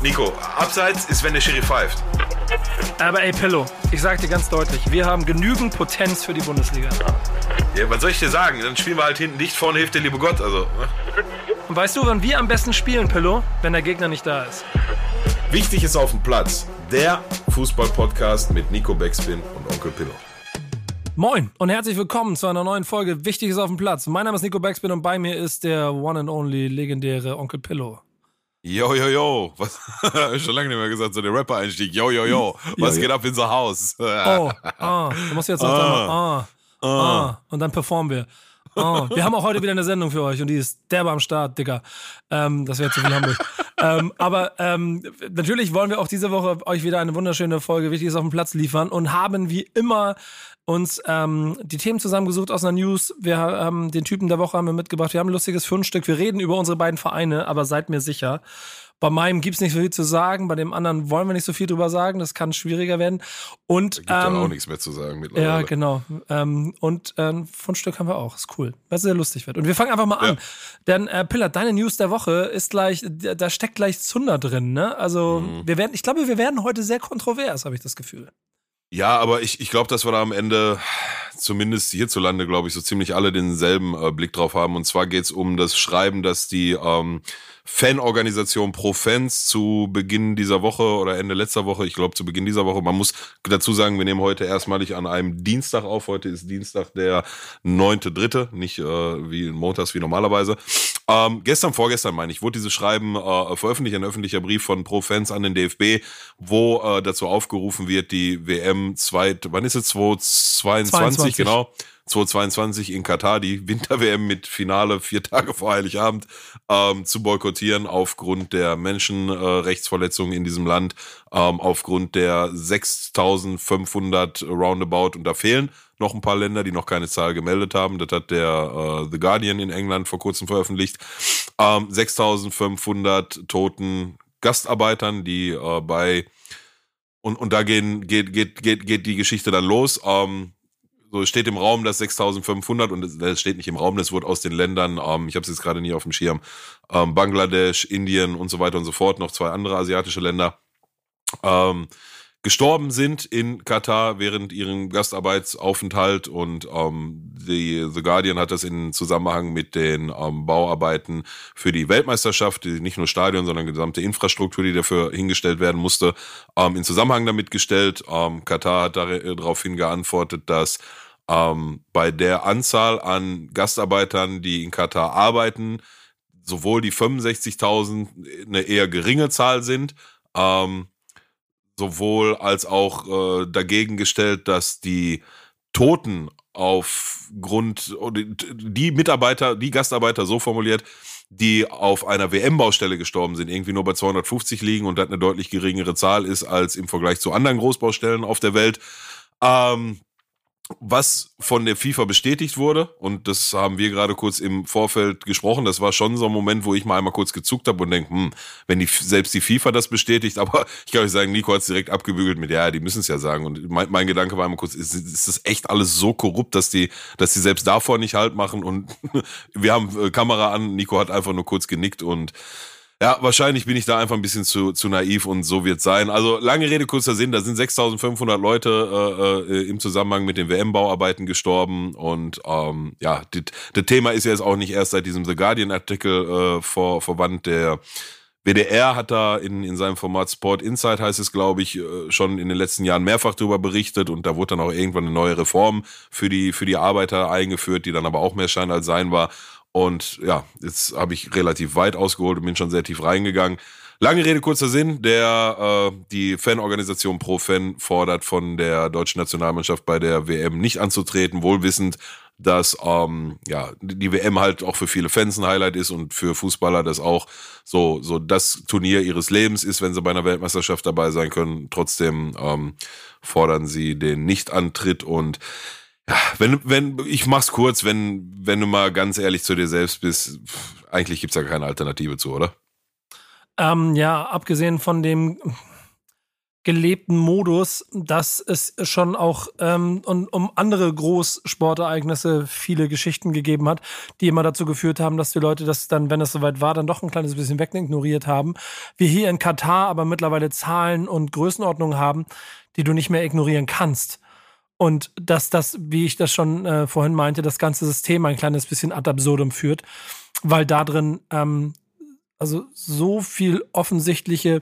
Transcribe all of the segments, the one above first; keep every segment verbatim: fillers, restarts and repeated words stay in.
Nico, abseits ist, wenn der Schiri pfeift. Aber ey, Pillow, ich sag dir ganz deutlich, wir haben genügend Potenz für die Bundesliga. Ja, was soll ich dir sagen? Dann spielen wir halt hinten dicht, vorne hilft der liebe Gott. Also, ne? Und weißt du, wann wir am besten spielen, Pillow? Wenn der Gegner nicht da ist. Wichtig ist auf dem Platz. Der Fußball-Podcast mit Nico Backspin und Onkel Pillow. Moin und herzlich willkommen zu einer neuen Folge Wichtiges auf dem Platz. Mein Name ist Nico Backspin und bei mir ist der one and only legendäre Onkel Pillow. Yo, yo, yo. Was? Schon lange nicht mehr gesagt, so der Rapper-Einstieg. Yo, yo, yo. Was yo, geht yo. ab in so Haus? Oh, ah. Du musst jetzt noch ah. ah, ah, ah. Und dann performen wir. Oh, wir haben auch heute wieder eine Sendung für euch und die ist derbe am Start, Digga. Ähm, das wäre zu viel Hamburg. ähm, aber ähm, natürlich wollen wir auch diese Woche euch wieder eine wunderschöne Folge Wichtiges auf dem Platz liefern und haben wie immer uns ähm, die Themen zusammengesucht aus einer News. Wir haben den Typen der Woche haben wir mitgebracht. Wir haben ein lustiges Fundstück. Wir reden über unsere beiden Vereine, aber seid mir sicher, bei meinem gibt's nicht so viel zu sagen, bei dem anderen wollen wir nicht so viel drüber sagen, das kann schwieriger werden. Und, da gibt ähm, ja auch nichts mehr zu sagen mittlerweile. Ja, genau. Ähm, und äh, ein Fundstück haben wir auch, ist cool, was sehr lustig wird. Und wir fangen einfach mal an. Ja. Denn äh, Piller, deine News der Woche ist gleich, da steckt gleich Zunder drin, ne? Also mhm. wir werden, ich glaube, wir werden heute sehr kontrovers, habe ich das Gefühl. Ja, aber ich, ich glaube, dass wir da am Ende, zumindest hierzulande, glaube ich, so ziemlich alle denselben äh, Blick drauf haben. Und zwar geht's um das Schreiben, dass die ähm, Fanorganisation Pro Fans zu Beginn dieser Woche oder Ende letzter Woche, ich glaube zu Beginn dieser Woche, man muss dazu sagen, wir nehmen heute erstmalig an einem Dienstag auf. Heute ist Dienstag der neunte dritte, nicht äh, wie montags wie normalerweise. Ähm, gestern, vorgestern meine ich, wurde dieses Schreiben äh, veröffentlicht, ein öffentlicher Brief von Pro Fans an den D F B, wo äh, dazu aufgerufen wird, die W M zwei, wann ist es, zweitausendzweiundzwanzig, genau, zweitausendzweiundzwanzig in Katar, die Winter-W M mit Finale vier Tage vor Heiligabend, ähm, zu boykottieren aufgrund der Menschenrechtsverletzungen in diesem Land, ähm, aufgrund der sechstausendfünfhundert Roundabout, und da fehlen noch ein paar Länder, die noch keine Zahl gemeldet haben. Das hat der äh, The Guardian in England vor kurzem veröffentlicht. Ähm, sechstausendfünfhundert toten Gastarbeitern, die äh, bei und und da gehen geht geht geht geht die Geschichte dann los. Ähm, so steht im Raum, dass sechstausendfünfhundert, und das, das steht nicht im Raum, das wurde aus den Ländern, ähm, ich habe es jetzt gerade nie auf dem Schirm, ähm, Bangladesch, Indien und so weiter und so fort, noch zwei andere asiatische Länder, ähm, gestorben sind in Katar während ihrem Gastarbeitsaufenthalt, und ähm, die The Guardian hat das in Zusammenhang mit den ähm, Bauarbeiten für die Weltmeisterschaft, die nicht nur Stadion, sondern gesamte Infrastruktur, die dafür hingestellt werden musste, ähm, in Zusammenhang damit gestellt. Ähm, Katar hat daraufhin geantwortet, dass ähm, bei der Anzahl an Gastarbeitern, die in Katar arbeiten, sowohl die fünfundsechzigtausend eine eher geringe Zahl sind, ähm, sowohl als auch äh, dagegen gestellt, dass die Toten aufgrund, die Mitarbeiter, die Gastarbeiter so formuliert, die auf einer W M-Baustelle gestorben sind, irgendwie nur bei zweihundertfünfzig liegen und das eine deutlich geringere Zahl ist als im Vergleich zu anderen Großbaustellen auf der Welt. Ähm, was von der FIFA bestätigt wurde, und das haben wir gerade kurz im Vorfeld gesprochen, das war schon so ein Moment, wo ich mal einmal kurz gezuckt habe und denke, hm, wenn die selbst die FIFA das bestätigt, aber ich kann euch sagen, Nico hat es direkt abgebügelt mit, ja, die müssen es ja sagen, und mein, mein Gedanke war einmal kurz, ist, ist das echt alles so korrupt, dass die, dass die selbst davor nicht Halt machen, und wir haben äh, Kamera an, Nico hat einfach nur kurz genickt, und ja, wahrscheinlich bin ich da einfach ein bisschen zu, zu naiv, und so wird's sein. Also lange Rede, kurzer Sinn, da sind sechstausendfünfhundert Leute äh, im Zusammenhang mit den W M-Bauarbeiten gestorben, und ähm, ja, das Thema ist ja jetzt auch nicht erst seit diesem The Guardian-Artikel äh, vor, verwandt. Der W D R hat da in, in seinem Format Sport Insight, heißt es, glaube ich, schon in den letzten Jahren mehrfach drüber berichtet, und da wurde dann auch irgendwann eine neue Reform für die, für die Arbeiter eingeführt, die dann aber auch mehr Schein als Sein war. Und ja, jetzt habe ich relativ weit ausgeholt und bin schon sehr tief reingegangen. Lange Rede, kurzer Sinn. Der äh, die Fanorganisation Pro Fan fordert von der deutschen Nationalmannschaft bei der W M nicht anzutreten, wohlwissend, dass ähm, ja die W M halt auch für viele Fans ein Highlight ist und für Fußballer das auch so so das Turnier ihres Lebens ist, wenn sie bei einer Weltmeisterschaft dabei sein können. Trotzdem ähm, fordern sie den Nichtantritt, und ja, wenn, wenn, ich mach's kurz, wenn, wenn du mal ganz ehrlich zu dir selbst bist, eigentlich gibt's ja keine Alternative zu, oder? Ähm, ja, abgesehen von dem, gelebten Modus, dass es schon auch ähm, um, um andere Großsportereignisse viele Geschichten gegeben hat, die immer dazu geführt haben, dass die Leute das dann, wenn es soweit war, dann doch ein kleines bisschen wegignoriert haben. Wir hier in Katar aber mittlerweile Zahlen und Größenordnungen haben, die du nicht mehr ignorieren kannst. Und dass das, wie ich das schon äh, vorhin meinte, das ganze System ein kleines bisschen ad absurdum führt, weil da drin ähm, also so viel offensichtliche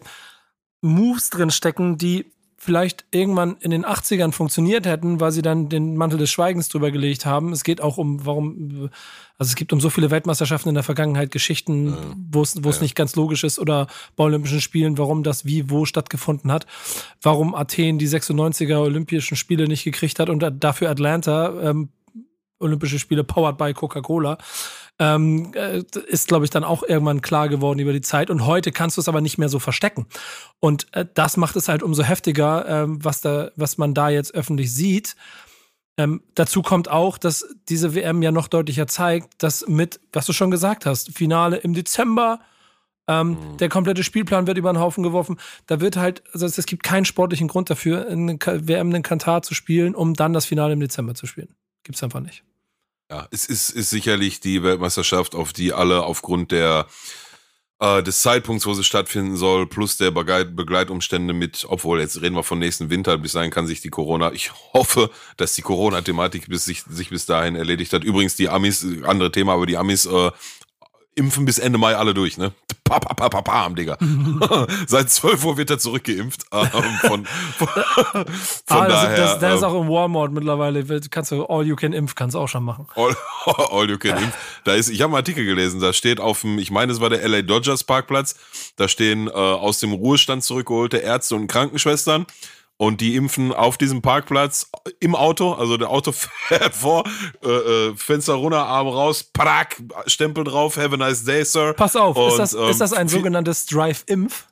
Moves drin stecken, die vielleicht irgendwann in den achtzigern funktioniert hätten, weil sie dann den Mantel des Schweigens drüber gelegt haben. Es geht auch um, warum, also es gibt um so viele Weltmeisterschaften in der Vergangenheit, Geschichten, ja. wo es wo es ja. nicht ganz logisch ist, oder bei Olympischen Spielen, warum das wie, wo stattgefunden hat, warum Athen die sechsundneunziger Olympischen Spiele nicht gekriegt hat und dafür Atlanta ähm, Olympische Spiele powered by Coca-Cola. Ähm, äh, ist, glaube ich, dann auch irgendwann klar geworden über die Zeit. Und heute kannst du es aber nicht mehr so verstecken. Und äh, das macht es halt umso heftiger, ähm, was, da, was man da jetzt öffentlich sieht. Ähm, dazu kommt auch, dass diese W M ja noch deutlicher zeigt, dass mit, was du schon gesagt hast, Finale im Dezember, ähm, mhm. der komplette Spielplan wird über den Haufen geworfen. Da wird halt, also es gibt keinen sportlichen Grund dafür, eine W M in Katar zu spielen, um dann das Finale im Dezember zu spielen. Gibt's einfach nicht. Ja, es ist, ist sicherlich die Weltmeisterschaft, auf die alle aufgrund der äh, des Zeitpunkts, wo sie stattfinden soll, plus der Begleit- Begleitumstände mit, obwohl jetzt reden wir von nächsten Winter, bis dahin kann sich die Corona, ich hoffe, dass die Corona-Thematik bis sich, sich bis dahin erledigt hat. Übrigens die Amis, andere Thema, aber die Amis äh, impfen bis Ende Mai alle durch, ne? Pa, pa, pa, pa, pam, Digga. Seit zwölf Uhr wird er zurückgeimpft. Ähm, von von, von ah, daher. Das, das, das ähm, ist auch im Walmart mittlerweile. Kannst du All You Can Impf, kannst du auch schon machen. All, all You Can Impf. Da ist, ich habe einen Artikel gelesen, da steht auf dem, ich meine, es war der L A Dodgers Parkplatz, da stehen äh, aus dem Ruhestand zurückgeholte Ärzte und Krankenschwestern. Und die impfen auf diesem Parkplatz im Auto, also der Auto fährt vor, äh, äh, Fenster runter, Arm raus, Prack, Stempel drauf, have a nice day, sir. Pass auf, und, ist, das, ähm, ist das ein sogenanntes Drive-Impf?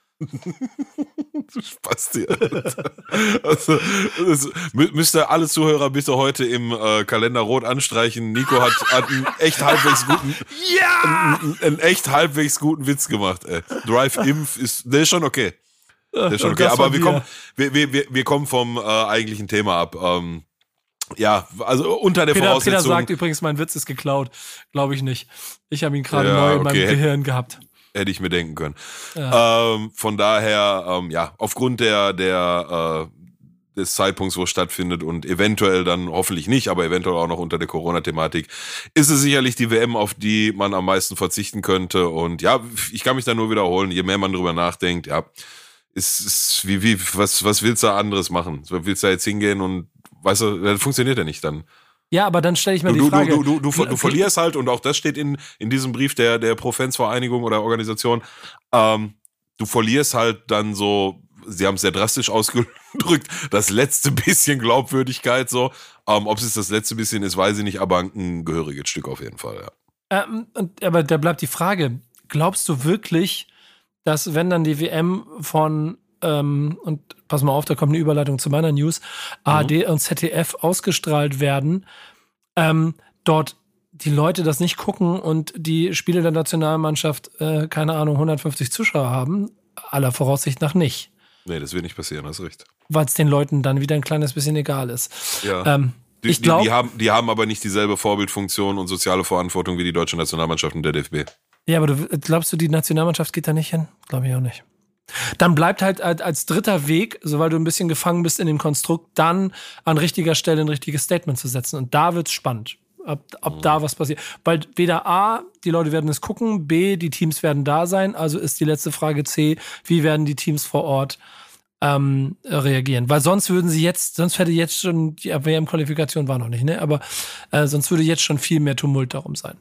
Du Spasti, Alter. Also, das müsst ihr alle Zuhörer bitte heute im äh, Kalender rot anstreichen. Nico hat, hat einen echt halbwegs guten, ja! einen, einen echt halbwegs guten Witz gemacht, ey. Drive-Impf ist, der ist schon okay. Der ist schon okay, aber wir kommen, wir, wir, wir kommen vom äh, eigentlichen Thema ab. Ähm, ja, also unter der Peter, Voraussetzung. Peter sagt übrigens, mein Witz ist geklaut. Glaube ich nicht. Ich habe ihn gerade ja, neu in okay. meinem Gehirn gehabt. Hätte ich mir denken können. Ja. Ähm, von daher, ähm, ja, aufgrund der, der äh, des Zeitpunkts, wo es stattfindet und eventuell dann, hoffentlich nicht, aber eventuell auch noch unter der Corona-Thematik, ist es sicherlich die W M, auf die man am meisten verzichten könnte. Und ja, ich kann mich da nur wiederholen, je mehr man drüber nachdenkt, ja, ist, ist wie, wie, was, was willst du da anderes machen? Willst du da jetzt hingehen und, weißt du, das funktioniert ja nicht dann. Ja, aber dann stelle ich mir du, die Frage. Du, du, du, du, du verlierst halt, und auch das steht in, in diesem Brief der, der Pro-Fans-Vereinigung oder Organisation, ähm, du verlierst halt dann so, sie haben es sehr drastisch ausgedrückt, das letzte bisschen Glaubwürdigkeit so. Ähm, ob es das letzte bisschen ist, weiß ich nicht, aber ein gehöriges Stück auf jeden Fall, ja. Ähm, und, aber da bleibt die Frage, glaubst du wirklich, dass wenn dann die W M von, ähm, und pass mal auf, da kommt eine Überleitung zu meiner News, A R D mhm. und Z D F ausgestrahlt werden, ähm, dort die Leute das nicht gucken und die Spiele der Nationalmannschaft, äh, keine Ahnung, hundertfünfzig Zuschauer haben? Aller Voraussicht nach nicht. Nee, das wird nicht passieren, hast recht. Weil es den Leuten dann wieder ein kleines bisschen egal ist. Ja. Ähm, die, ich glaub, die, die, haben, die haben aber nicht dieselbe Vorbildfunktion und soziale Verantwortung wie die deutsche Nationalmannschaft und der D F B. Ja, aber du, glaubst du, die Nationalmannschaft geht da nicht hin? Glaube ich auch nicht. Dann bleibt halt als dritter Weg, so weil du ein bisschen gefangen bist in dem Konstrukt, dann an richtiger Stelle ein richtiges Statement zu setzen. Und da wird's spannend, ob, ob mhm. da was passiert. Weil weder A, die Leute werden es gucken, B, die Teams werden da sein. Also ist die letzte Frage C, wie werden die Teams vor Ort ähm, reagieren? Weil sonst würden sie jetzt, sonst hätte jetzt schon, die W M-Qualifikation war noch nicht, ne? Aber äh, sonst würde jetzt schon viel mehr Tumult darum sein.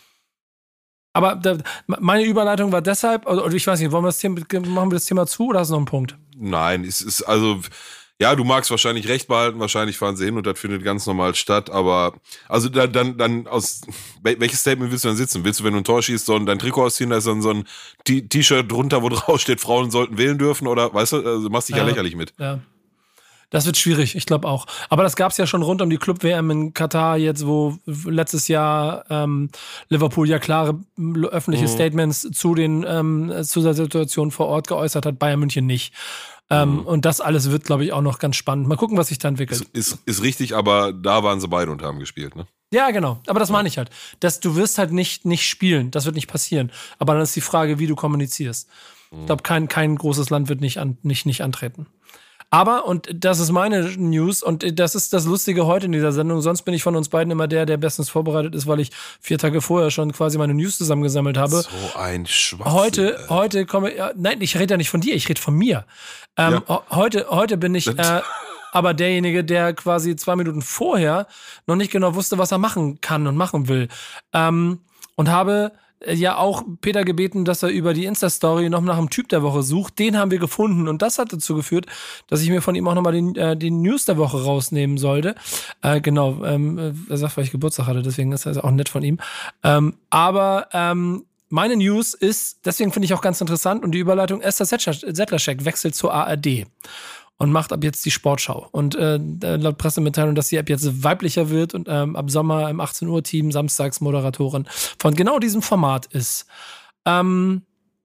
Aber da, meine Überleitung war deshalb, oder ich weiß nicht, wollen wir das Thema, machen wir das Thema zu oder hast du noch einen Punkt? Nein, es ist also, ja, du magst wahrscheinlich recht behalten, wahrscheinlich fahren sie hin und das findet ganz normal statt, aber, also dann, dann, dann aus, welches Statement willst du dann sitzen? Willst du, wenn du ein Tor schießt, so dein Trikot ausziehen, da ist dann so ein T- T-Shirt drunter, wo drauf steht, Frauen sollten wählen dürfen, oder, weißt du, also machst dich ja, ja lächerlich mit. Ja. Das wird schwierig, ich glaube auch. Aber das gab es ja schon rund um die Club-W M in Katar jetzt, wo letztes Jahr ähm, Liverpool ja klare öffentliche mhm. Statements zu den ähm, zu der Situation vor Ort geäußert hat, Bayern München nicht. Ähm, Mhm. und das alles wird, glaube ich, auch noch ganz spannend. Mal gucken, was sich da entwickelt. Ist, ist, ist richtig, aber da waren sie beide und haben gespielt, ne? Ja, genau. Aber das meine ich halt. Dass du wirst halt nicht, nicht spielen. Das wird nicht passieren. Aber dann ist die Frage, wie du kommunizierst. Ich glaube, kein, kein großes Land wird nicht, an, nicht, nicht antreten. Aber, und das ist meine News, und das ist das Lustige heute in dieser Sendung, sonst bin ich von uns beiden immer der, der bestens vorbereitet ist, weil ich vier Tage vorher schon quasi meine News zusammengesammelt habe. So ein Schwachsinn. Heute, heute komme ja, nein, ich rede ja nicht von dir, ich rede von mir. Ähm, Ja. heute, heute bin ich äh, aber derjenige, der quasi zwei Minuten vorher noch nicht genau wusste, was er machen kann und machen will. Ähm, und habe ja auch Peter gebeten, dass er über die Insta-Story noch nach einem Typ der Woche sucht. Den haben wir gefunden und das hat dazu geführt, dass ich mir von ihm auch nochmal den, äh, den News der Woche rausnehmen sollte. Äh, genau, ähm, er sagt, weil ich Geburtstag hatte, deswegen ist das auch nett von ihm. Ähm, aber ähm, meine News ist, deswegen finde ich auch ganz interessant, und die Überleitung, Esther Sedlacek wechselt zur A R D und macht ab jetzt die Sportschau. Und äh, laut Pressemitteilung, dass sie ab jetzt weiblicher wird und ähm, ab Sommer im achtzehn Uhr Team samstags Moderatorin von genau diesem Format ist. Ähm,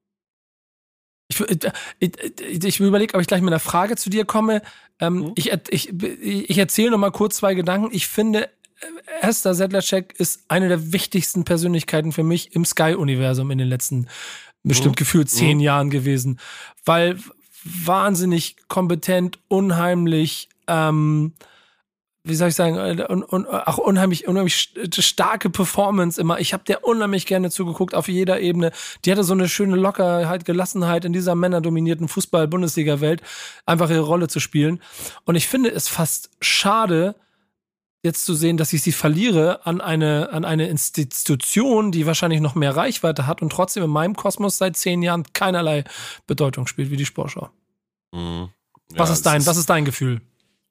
ich ich, ich überlege, ob ich gleich mit einer Frage zu dir komme. Ähm, mhm. Ich, ich, ich erzähle noch mal kurz zwei Gedanken. Ich finde, Esther Sedlacek ist eine der wichtigsten Persönlichkeiten für mich im Sky-Universum in den letzten bestimmt mhm. gefühlt zehn mhm. Jahren gewesen. Weil wahnsinnig kompetent, unheimlich, ähm, wie soll ich sagen, un, un, auch unheimlich, unheimlich starke Performance immer. Ich habe der unheimlich gerne zugeguckt auf jeder Ebene. Die hatte so eine schöne Lockerheit, Gelassenheit in dieser männerdominierten Fußball-Bundesliga-Welt, einfach ihre Rolle zu spielen. Und ich finde es fast schade, jetzt zu sehen, dass ich sie verliere an eine, an eine Institution, die wahrscheinlich noch mehr Reichweite hat und trotzdem in meinem Kosmos seit zehn Jahren keinerlei Bedeutung spielt wie die Sportschau. Mhm. Ja, was ist dein, ist, was ist dein Gefühl?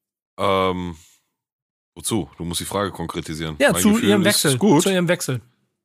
Ähm, wozu? Du musst die Frage konkretisieren. Ja, mein zu Gefühl ihrem Wechsel. Gut. Zu ihrem Wechsel.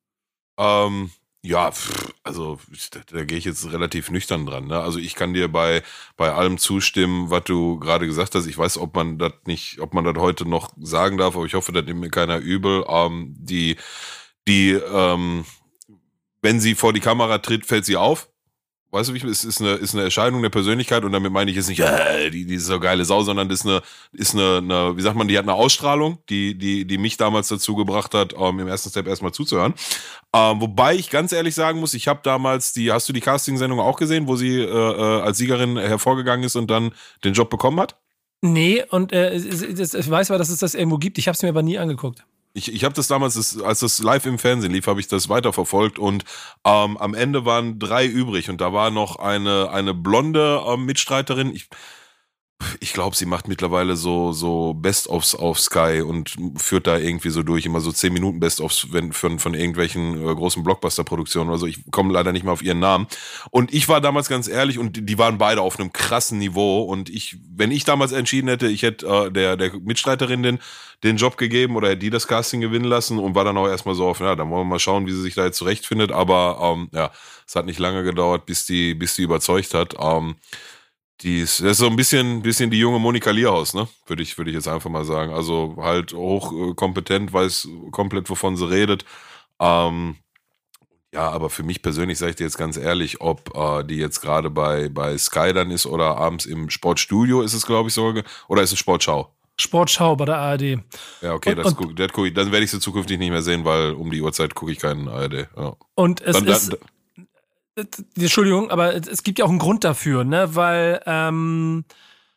Ähm, ja, pff, also da, da gehe ich jetzt relativ nüchtern dran. Ne? Also ich kann dir bei bei allem zustimmen, was du gerade gesagt hast. Ich weiß, ob man das nicht, ob man das heute noch sagen darf, aber ich hoffe, das nimmt mir keiner übel. Ähm, die die ähm, wenn sie vor die Kamera tritt, fällt sie auf. Weißt du, wie ich, es ist eine, ist eine Erscheinung der Persönlichkeit, und damit meine ich jetzt nicht, äh, die, die ist so geile Sau, sondern das ist eine, ist eine, eine, wie sagt man, die hat eine Ausstrahlung, die, die, die mich damals dazu gebracht hat, ähm, im ersten Step erstmal zuzuhören. Ähm, wobei ich ganz ehrlich sagen muss, ich habe damals die, hast du die Casting-Sendung auch gesehen, wo sie äh, äh, als Siegerin hervorgegangen ist und dann den Job bekommen hat? Nee, und äh, ich weiß aber, dass es das irgendwo gibt. Ich habe es mir aber nie angeguckt. Ich, ich habe das damals, das, als das live im Fernsehen lief, habe ich das weiterverfolgt, und ähm, am Ende waren drei übrig, und da war noch eine eine blonde ähm, Mitstreiterin. Ich, ich glaube, sie macht mittlerweile so so Best-ofs auf Sky und führt da irgendwie so durch, immer so zehn Minuten Best-ofs wenn, von, von irgendwelchen äh, großen Blockbuster-Produktionen oder so. Ich komme leider nicht mehr auf ihren Namen. Und ich war damals ganz ehrlich, und die waren beide auf einem krassen Niveau, und ich, wenn ich damals entschieden hätte, ich hätte äh, der der Mitstreiterin den den Job gegeben oder hätte die das Casting gewinnen lassen, und war dann auch erstmal so auf, ja, dann wollen wir mal schauen, wie sie sich da jetzt zurechtfindet. Aber ähm, ja, es hat nicht lange gedauert, bis die bis die überzeugt hat. Ähm, Die ist, das ist so ein bisschen, bisschen die junge Monika Lierhaus, ne? Würde ich, würde ich jetzt einfach mal sagen. Also halt hochkompetent, weiß komplett, wovon sie redet. Ähm, ja, aber für mich persönlich sage ich dir jetzt ganz ehrlich, ob äh, die jetzt gerade bei, bei Sky dann ist oder abends im Sportstudio ist es, glaube ich, so, oder ist es Sportschau? Sportschau bei der A R D. Ja, okay, und, das und, guck, das guck ich, dann werde ich sie zukünftig nicht mehr sehen, weil um die Uhrzeit gucke ich keinen A R D. Ja. Und es dann, ist... Dann, Entschuldigung, aber es gibt ja auch einen Grund dafür, ne? Weil, ähm,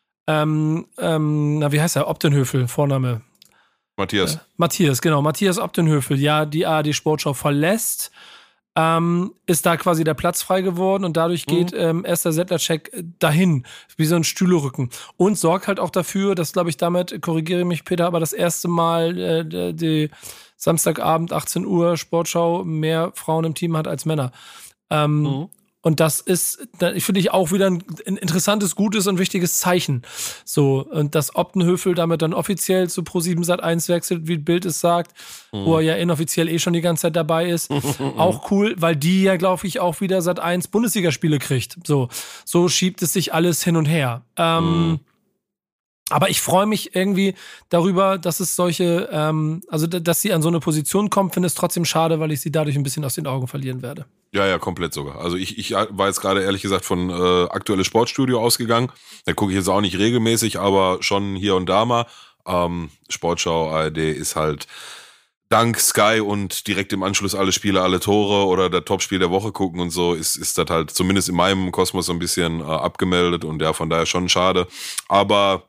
ähm, ähm, na, wie heißt er? Optenhöfel, Vorname. Matthias. Äh, Matthias, genau. Matthias Optenhöfel, ja, die A R D Sportschau verlässt, ähm, ist da quasi der Platz frei geworden, und dadurch geht mhm. ähm, Esther Sedlacek dahin, wie so ein Stühlerücken. Und sorgt halt auch dafür, dass, glaube ich, damit, korrigiere mich Peter, aber das erste Mal äh, die Samstagabend, achtzehn Uhr Sportschau mehr Frauen im Team hat als Männer. Ähm, mhm. Und das ist, ich finde ich, auch wieder ein, ein interessantes, gutes und wichtiges Zeichen. So, und dass Optenhöfel damit dann offiziell zu ProSieben Sat eins wechselt, wie Bild es sagt, mhm. wo er ja inoffiziell eh schon die ganze Zeit dabei ist. Auch cool, weil die ja, glaube ich, auch wieder Sat eins Bundesligaspiele kriegt. So, so schiebt es sich alles hin und her. Ähm, mhm. Aber ich freue mich irgendwie darüber, dass es solche, ähm, also dass sie an so eine Position kommt, finde es trotzdem schade, weil ich sie dadurch ein bisschen aus den Augen verlieren werde. Ja, ja, komplett sogar. Also ich, ich war jetzt gerade ehrlich gesagt von äh, aktuelles Sportstudio ausgegangen. Da gucke ich jetzt auch nicht regelmäßig, aber schon hier und da mal. Ähm, Sportschau, A R D ist halt dank Sky und direkt im Anschluss alle Spiele, alle Tore oder der Topspiel der Woche gucken und so, ist, ist das halt zumindest in meinem Kosmos so ein bisschen äh, abgemeldet und ja, von daher schon schade. Aber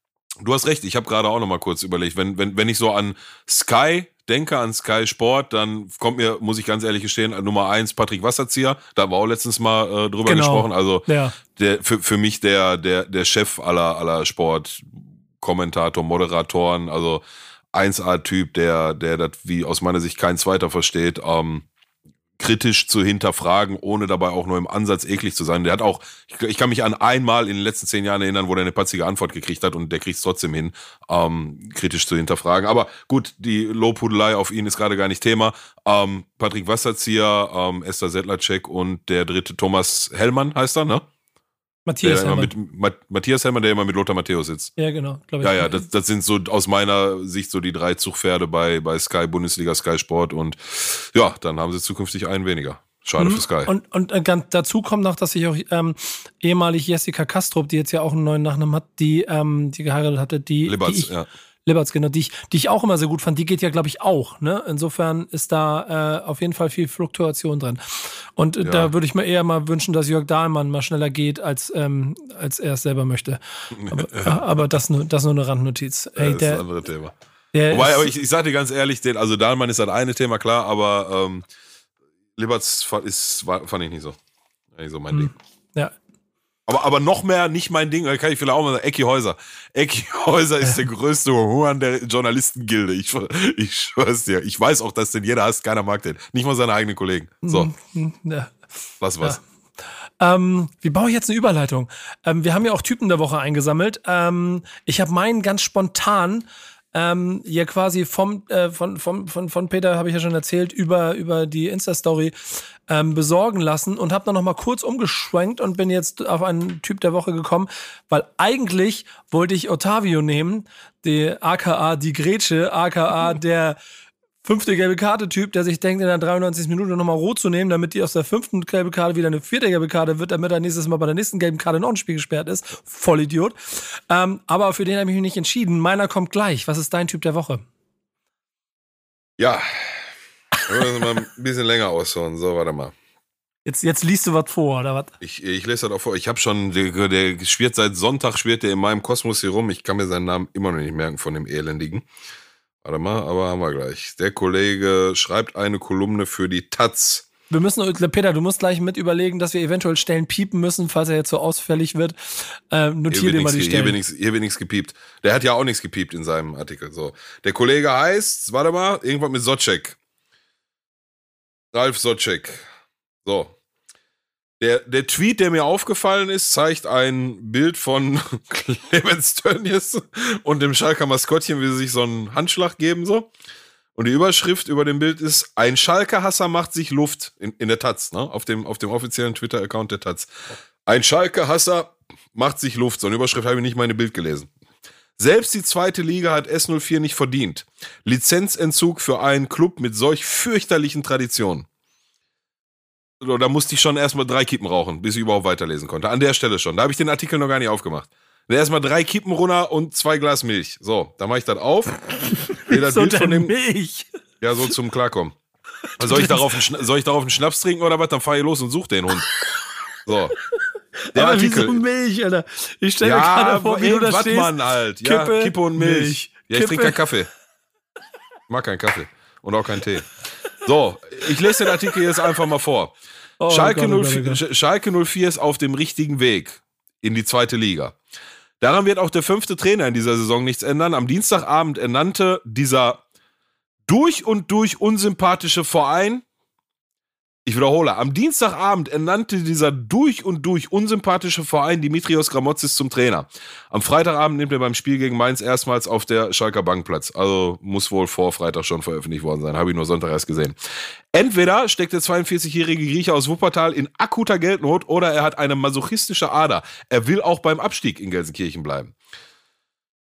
du hast recht, ich habe gerade auch noch mal kurz überlegt, wenn, wenn, wenn ich so an Sky denke, an Sky Sport, dann kommt mir, muss ich ganz ehrlich gestehen, Nummer eins Patrick Wasserzieher, da haben wir auch letztens mal äh, drüber Genau. gesprochen, also Ja. der, für, für mich der, der, der Chef aller, aller Sportkommentator, Moderatoren, also eins A-Typ, der, der das wie aus meiner Sicht kein zweiter versteht, ähm, kritisch zu hinterfragen, ohne dabei auch nur im Ansatz eklig zu sein. Der hat auch, ich, ich kann mich an einmal in den letzten zehn Jahren erinnern, wo der eine patzige Antwort gekriegt hat und der kriegt es trotzdem hin, ähm, kritisch zu hinterfragen. Aber gut, die Lobhudelei auf ihn ist gerade gar nicht Thema. Ähm, Patrick Wasserzieher, ähm, Esther Sedlacek und der dritte Thomas Hellmann heißt er, ne? Matthias der immer Hellmann. mit Ma- Matthias Hellmann, der immer mit Lothar Matthäus sitzt. Ja, genau, glaube ich. Ja, ja, das, das sind so aus meiner Sicht so die drei Zugpferde bei, bei Sky Bundesliga, Sky Sport und ja, dann haben sie zukünftig einen weniger. Schade Mhm. für Sky. Und, und äh, ganz, dazu kommt noch, dass ich auch ähm, ehemalig Jessica Kastrup, die jetzt ja auch einen neuen Nachnamen hat, die, ähm, die geheiratet hatte, die, Liberts, die ich, ja. Liberts, genau, die ich, die ich auch immer sehr gut fand, die geht ja, glaube ich, auch. Ne? Insofern ist da äh, auf jeden Fall viel Fluktuation drin. Und äh, Ja. da würde ich mir eher mal wünschen, dass Jörg Dahlmann mal schneller geht, als, ähm, als er es selber möchte. Aber, äh, aber das, nur, das nur eine Randnotiz. Ey, das ist der, ein anderes Thema. der Wobei, ist, aber ich, ich sag dir ganz ehrlich, den, also Dahlmann ist das eine Thema, klar, aber ähm, Liberts fa- ist, war, fand ich nicht so. Nicht so mein Hm. Ding. ja, Aber, aber noch mehr nicht mein Ding, da kann ich vielleicht auch mal sagen, Ecki Häuser. Ecki Häuser ist der größte Huan der Journalistengilde. Ich, ich schwör's dir. Ich weiß auch, dass den jeder hasst, keiner mag den. Nicht mal seine eigenen Kollegen. So, hm, ja. lass was. Ähm, wie baue ich jetzt eine Überleitung? Ähm, wir haben ja auch Typen der Woche eingesammelt. Ähm, ich habe meinen ganz spontan ähm, hier quasi vom, äh, von, vom, von, von Peter, habe ich ja schon erzählt, über, über die Insta-Story ähm, besorgen lassen und habe dann noch mal kurz umgeschwenkt und bin jetzt auf einen Typ der Woche gekommen, weil eigentlich wollte ich Ottavio nehmen, die aka die Grätsche, aka der fünfte gelbe Karte-Typ, der sich denkt, in der dreiundneunzigsten Minute nochmal rot zu nehmen, damit die aus der fünften gelbe Karte wieder eine vierte gelbe Karte wird, damit er nächstes Mal bei der nächsten gelben Karte noch ein Spiel gesperrt ist. Vollidiot. Ähm, aber für den habe ich mich nicht entschieden. Meiner kommt gleich. Was ist dein Typ der Woche? Ja. Wir müssen mal ein bisschen länger ausholen. So, warte mal. Jetzt, jetzt liest du was vor, oder was? Ich, ich lese das auch vor. Ich habe schon, der, der schwirrt seit Sonntag, schwirrt der in meinem Kosmos hier rum. Ich kann mir seinen Namen immer noch nicht merken von dem Elendigen. Warte mal, aber haben wir gleich. Der Kollege schreibt eine Kolumne für die Taz. Wir müssen, Peter, du musst gleich mit überlegen, dass wir eventuell Stellen piepen müssen, falls er jetzt so ausfällig wird. Äh, notier dir mal die Hier Stellen. wird, nichts, hier wird nichts gepiept. Der hat ja auch nichts gepiept in seinem Artikel. So. Der Kollege heißt, warte mal, irgendwas mit Socek. Ralf Socek. So. Der, der Tweet, der mir aufgefallen ist, zeigt ein Bild von Clemens Tönnies und dem Schalker Maskottchen, wie sie sich so einen Handschlag geben, so. Und die Überschrift über dem Bild ist: Ein Schalke-Hasser macht sich Luft. In, in der Taz, ne? Auf dem, auf dem offiziellen Twitter-Account der Taz. Ein Schalke-Hasser macht sich Luft. So eine Überschrift habe ich nicht mal in dem Bild gelesen. Selbst die zweite Liga hat S null vier nicht verdient. Lizenzentzug für einen Club mit solch fürchterlichen Traditionen. Da musste ich schon erstmal drei Kippen rauchen, bis ich überhaupt weiterlesen konnte. An der Stelle schon. Da habe ich den Artikel noch gar nicht aufgemacht. Erstmal drei Kippen runter und zwei Glas Milch. So, dann mache ich das auf. Das so Bild von dem, Milch. ja, so zum Klarkommen. Soll ich, darauf einen, Schna- soll ich darauf einen Schnaps trinken oder was? Dann fahre ich los und suche den Hund. So. Der Aber Artikel. wieso Milch, Alter? Ich stelle mir Ja, gerade vor, wie du da irgendwas, stehst. Mann, halt. Ja, Kippe, Kippe und Milch. Milch. Ja, ich Kippe. trinke keinen Kaffee. Ich mag keinen Kaffee. Und auch keinen Tee. So, ich lese den Artikel jetzt einfach mal vor. Oh Schalke, Gott, oh null Gott, vier, oh Gott. Sch- Schalke null vier ist auf dem richtigen Weg in die zweite Liga. Daran wird auch der fünfte Trainer in dieser Saison nichts ändern. Am Dienstagabend ernannte dieser durch und durch unsympathische Verein, ich wiederhole, am Dienstagabend ernannte dieser durch und durch unsympathische Verein Dimitrios Gramotzis zum Trainer. Am Freitagabend nimmt er beim Spiel gegen Mainz erstmals auf der Schalker Bank Platz. Also muss wohl vor Freitag schon veröffentlicht worden sein. Habe ich nur Sonntag erst gesehen. Entweder steckt der zweiundvierzigjährige Grieche aus Wuppertal in akuter Geldnot oder er hat eine masochistische Ader. Er will auch beim Abstieg in Gelsenkirchen bleiben.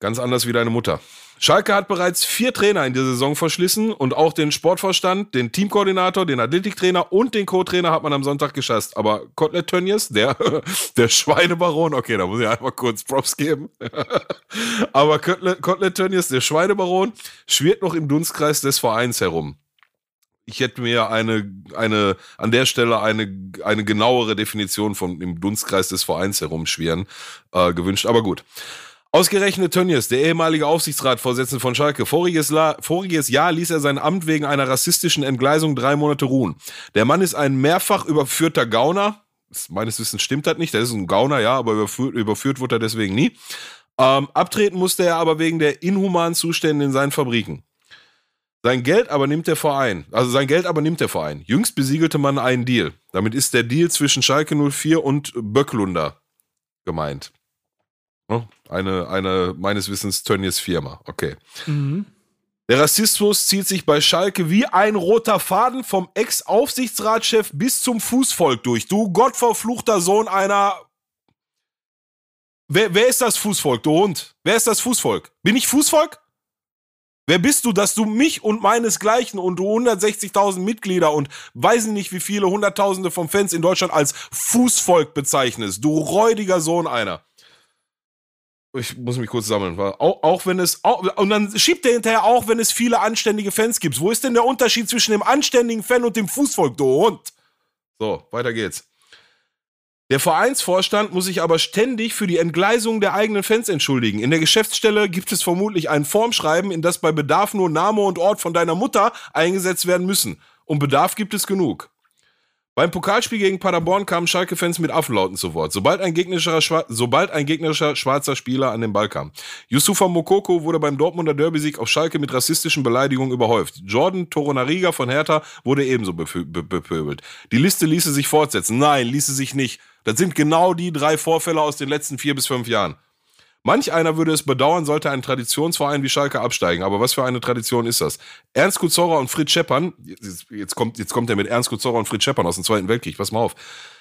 Ganz anders wie deine Mutter. Schalke hat bereits vier Trainer in der Saison verschlissen und auch den Sportvorstand, den Teamkoordinator, den Athletiktrainer und den Co-Trainer hat man am Sonntag geschasst. Aber Kotlet Tönnies, der, der Schweinebaron, okay, da muss ich einfach kurz Props geben. Aber Kotlet, Kotlet Tönnies, der Schweinebaron, schwirrt noch im Dunstkreis des Vereins herum. Ich hätte mir eine, eine, an der Stelle eine, eine genauere Definition von im Dunstkreis des Vereins herumschwirren äh, gewünscht, aber gut. Ausgerechnet Tönnies, der ehemalige Aufsichtsratsvorsitzende von Schalke, voriges, La- voriges Jahr ließ er sein Amt wegen einer rassistischen Entgleisung drei Monate ruhen. Der Mann ist ein mehrfach überführter Gauner. Meines Wissens stimmt das nicht, der ist ein Gauner, ja, aber überführt, überführt wurde er deswegen nie. Ähm, abtreten musste er aber wegen der inhumanen Zustände in seinen Fabriken. Sein Geld aber nimmt der Verein. Also sein Geld aber nimmt der Verein. Jüngst besiegelte man einen Deal. Damit ist der Deal zwischen Schalke null vier und Böcklunder gemeint. Eine, eine meines Wissens Tönnies Firma. Okay. Mhm. Der Rassismus zieht sich bei Schalke wie ein roter Faden vom Ex-Aufsichtsratschef bis zum Fußvolk durch. Du gottverfluchter Sohn einer... Wer, wer ist das Fußvolk, du Hund? Wer ist das Fußvolk? Bin ich Fußvolk? Wer bist du, dass du mich und meinesgleichen und du hundertsechzigtausend Mitglieder und weiß ich nicht wie viele Hunderttausende von Fans in Deutschland als Fußvolk bezeichnest? Du räudiger Sohn einer. Ich muss mich kurz sammeln. Auch, auch wenn es, auch, und dann schiebt er hinterher auch, wenn es viele anständige Fans gibt. Wo ist denn der Unterschied zwischen dem anständigen Fan und dem Fußvolk, du Hund? So, weiter geht's. Der Vereinsvorstand muss sich aber ständig für die Entgleisung der eigenen Fans entschuldigen. In der Geschäftsstelle gibt es vermutlich ein Formschreiben, in das bei Bedarf nur Name und Ort von deiner Mutter eingesetzt werden müssen. Und Bedarf gibt es genug. Beim Pokalspiel gegen Paderborn kamen Schalke-Fans mit Affenlauten zu Wort, sobald ein gegnerischer, Schwa- sobald ein gegnerischer schwarzer Spieler an den Ball kam. Yusufa Mokoko wurde beim Dortmunder Derby-Sieg auf Schalke mit rassistischen Beleidigungen überhäuft. Jordan Toronariga von Hertha wurde ebenso bepö- be- bepöbelt. Die Liste ließe sich fortsetzen. Nein, ließe sich nicht. Das sind genau die drei Vorfälle aus den letzten vier bis fünf Jahren. Manch einer würde es bedauern, sollte ein Traditionsverein wie Schalke absteigen. Aber was für eine Tradition ist das? Ernst Kuzorra und Fritz Scheppern, jetzt, jetzt, kommt, jetzt kommt er mit Ernst Kuzorra und Fritz Scheppern aus dem Zweiten Weltkrieg, pass mal auf.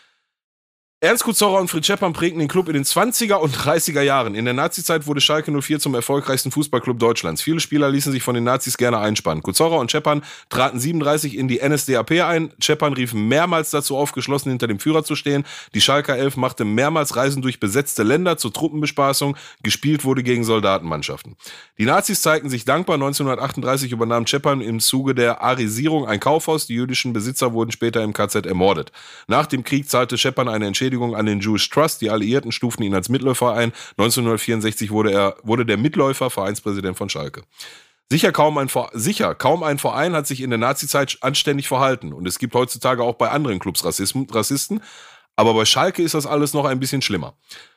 Ernst Kuzorra und Fritz Scheppern prägten den Club in den zwanziger und dreißiger Jahren. In der Nazizeit wurde Schalke null vier zum erfolgreichsten Fußballclub Deutschlands. Viele Spieler ließen sich von den Nazis gerne einspannen. Kuzorra und Scheppern traten siebenunddreißig in die N S D A P ein. Scheppern rief mehrmals dazu auf, geschlossen hinter dem Führer zu stehen. Die Schalker Elf machte mehrmals Reisen durch besetzte Länder zur Truppenbespaßung. Gespielt wurde gegen Soldatenmannschaften. Die Nazis zeigten sich dankbar. neunzehnhundertachtunddreißig übernahm Scheppern im Zuge der Arisierung ein Kaufhaus. Die jüdischen Besitzer wurden später im K Z ermordet. Nach dem Krieg zahlte Scheppern eine Entschädigung an den Jewish Trust. Die Alliierten stuften ihn als Mitläufer ein. neunzehnhundertvierundsechzig wurde er wurde der Mitläufer Vereinspräsident von Schalke. Sicher kaum, ein, sicher, kaum ein Verein hat sich in der Nazizeit anständig verhalten. Und es gibt heutzutage auch bei anderen Clubs Rassism, Rassisten. Aber bei Schalke ist das alles noch ein bisschen schlimmer.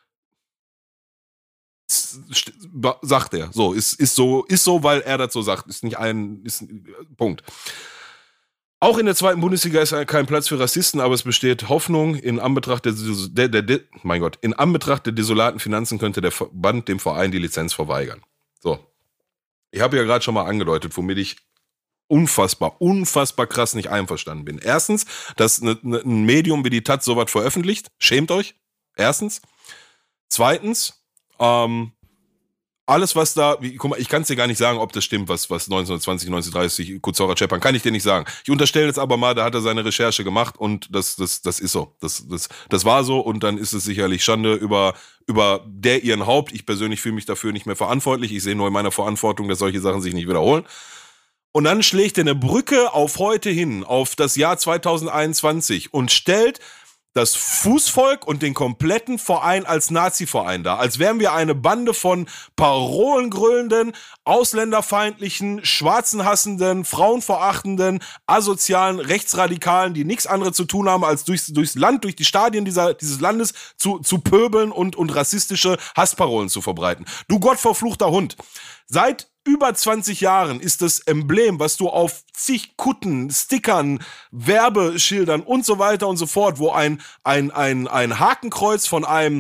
Sagt er. So, ist, ist so, ist so, weil er das so sagt. Ist nicht ein, ist ein Punkt. Auch in der zweiten Bundesliga ist kein Platz für Rassisten, aber es besteht Hoffnung. In Anbetracht der, der, der, der, mein Gott, in Anbetracht der desolaten Finanzen könnte der Verband dem Verein die Lizenz verweigern. So. Ich habe ja gerade schon mal angedeutet, womit ich unfassbar, unfassbar krass nicht einverstanden bin. Erstens, dass ne, ne, ein Medium wie die Taz sowas veröffentlicht. Schämt euch. Erstens. Zweitens, ähm, alles, was da, wie, guck mal, ich kann es dir gar nicht sagen, ob das stimmt, was, was neunzehnhundertzwanzig, neunzehnhundertdreißig Kuzorra Scheppern, kann ich dir nicht sagen. Ich unterstelle jetzt aber mal, da hat er seine Recherche gemacht und das, das, das ist so. Das, das, das war so und dann ist es sicherlich Schande über, über der ihren Haupt. Ich persönlich fühle mich dafür nicht mehr verantwortlich. Ich sehe nur in meiner Verantwortung, dass solche Sachen sich nicht wiederholen. Und dann schlägt er eine Brücke auf heute hin, auf das Jahr zweitausendeinundzwanzig und stellt das Fußvolk und den kompletten Verein als Nazi-Verein dar. Als wären wir eine Bande von parolengrölenden, ausländerfeindlichen, schwarzenhassenden, frauenverachtenden, asozialen Rechtsradikalen, die nichts anderes zu tun haben, als durchs, durchs Land, durch die Stadien dieser, dieses Landes zu, zu pöbeln und, und rassistische Hassparolen zu verbreiten. Du gottverfluchter Hund. Seit über zwanzig Jahren ist das Emblem, was du auf zig Kutten, Stickern, Werbeschildern und so weiter und so fort, wo ein, ein, ein, ein Hakenkreuz von einem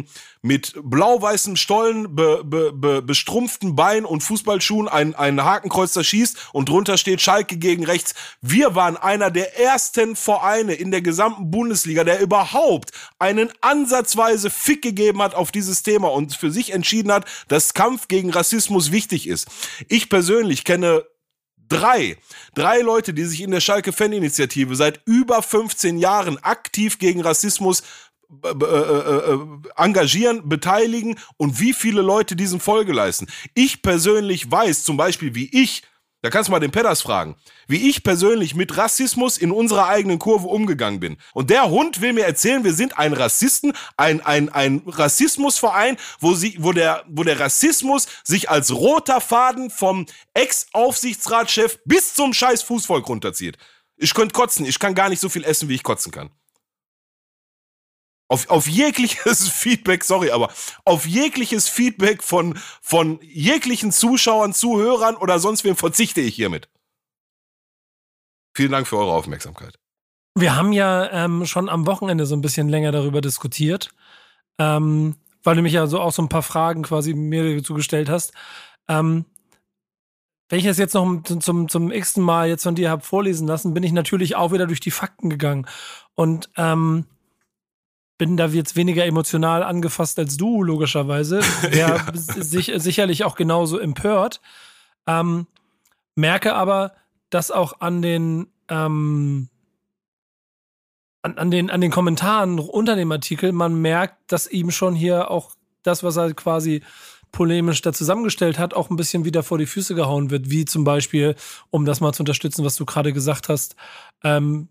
mit blau-weißem Stollen, be, be, be, bestrumpften Bein und Fußballschuhen ein, ein Hakenkreuz da schießt und drunter steht Schalke gegen rechts. Wir waren einer der ersten Vereine in der gesamten Bundesliga, der überhaupt einen ansatzweise Fick gegeben hat auf dieses Thema und für sich entschieden hat, dass Kampf gegen Rassismus wichtig ist. Ich persönlich kenne Drei. Drei Leute, die sich in der Schalke-Fan-Initiative seit über fünfzehn Jahren aktiv gegen Rassismus äh, äh, äh, engagieren, beteiligen und wie viele Leute diesen Folge leisten. Ich persönlich weiß zum Beispiel, wie ich, da kannst du mal den Pedders fragen, wie ich persönlich mit Rassismus in unserer eigenen Kurve umgegangen bin. Und der Hund will mir erzählen, wir sind ein Rassisten, ein, ein, ein Rassismusverein, wo, sie, wo, der, wo der Rassismus sich als roter Faden vom Ex-Aufsichtsratschef bis zum scheiß Fußvolk runterzieht. Ich könnte kotzen, ich kann gar nicht so viel essen, wie ich kotzen kann. Auf, auf jegliches Feedback, sorry, aber auf jegliches Feedback von, von jeglichen Zuschauern, Zuhörern oder sonst wem verzichte ich hiermit. Vielen Dank für eure Aufmerksamkeit. Wir haben ja ähm, schon am Wochenende so ein bisschen länger darüber diskutiert, ähm, weil du mich ja so auch so ein paar Fragen quasi mir zugestellt hast. Ähm, wenn ich das jetzt noch zum, zum, zum x-ten Mal jetzt von dir habe vorlesen lassen, bin ich natürlich auch wieder durch die Fakten gegangen und ähm, bin da jetzt weniger emotional angefasst als du, logischerweise. Wäre ja. sich, sicherlich auch genauso empört. Ähm, merke aber, dass auch an den, ähm, an, an, den, an den Kommentaren unter dem Artikel man merkt, dass ihm schon hier auch das, was er quasi polemisch da zusammengestellt hat, auch ein bisschen wieder vor die Füße gehauen wird. Wie zum Beispiel, um das mal zu unterstützen, was du gerade gesagt hast, ähm,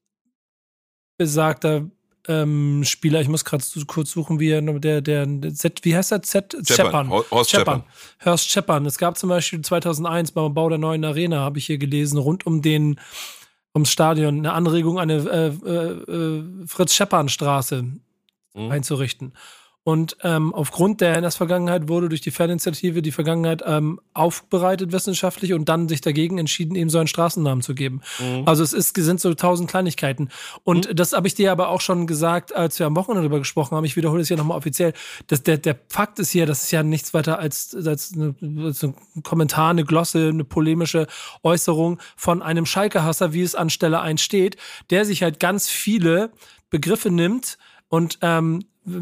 besagter Ähm, Spieler, ich muss gerade kurz suchen, wie er, der, der, Z, wie heißt er? Z, Scheppern. Horst Scheppern. Horst Scheppern. Es gab zum Beispiel zweitausendeins beim Bau der neuen Arena, habe ich hier gelesen, rund um den, ums Stadion, eine Anregung, eine äh, äh, Fritz-Scheppern-Straße mhm. einzurichten. Und ähm, aufgrund der N S-Vergangenheit wurde durch die Faninitiative die Vergangenheit ähm, aufbereitet wissenschaftlich und dann sich dagegen entschieden, ihm so einen Straßennamen zu geben. Mhm. Also es ist, sind so tausend Kleinigkeiten. Und mhm. das habe ich dir aber auch schon gesagt, als wir am Wochenende darüber gesprochen haben. Ich wiederhole es hier nochmal offiziell. Das, der, der Fakt ist hier, das ist ja nichts weiter als, als, eine, als ein Kommentar, eine Glosse, eine polemische Äußerung von einem Schalke-Hasser, wie es an Stelle eins steht, der sich halt ganz viele Begriffe nimmt und ähm,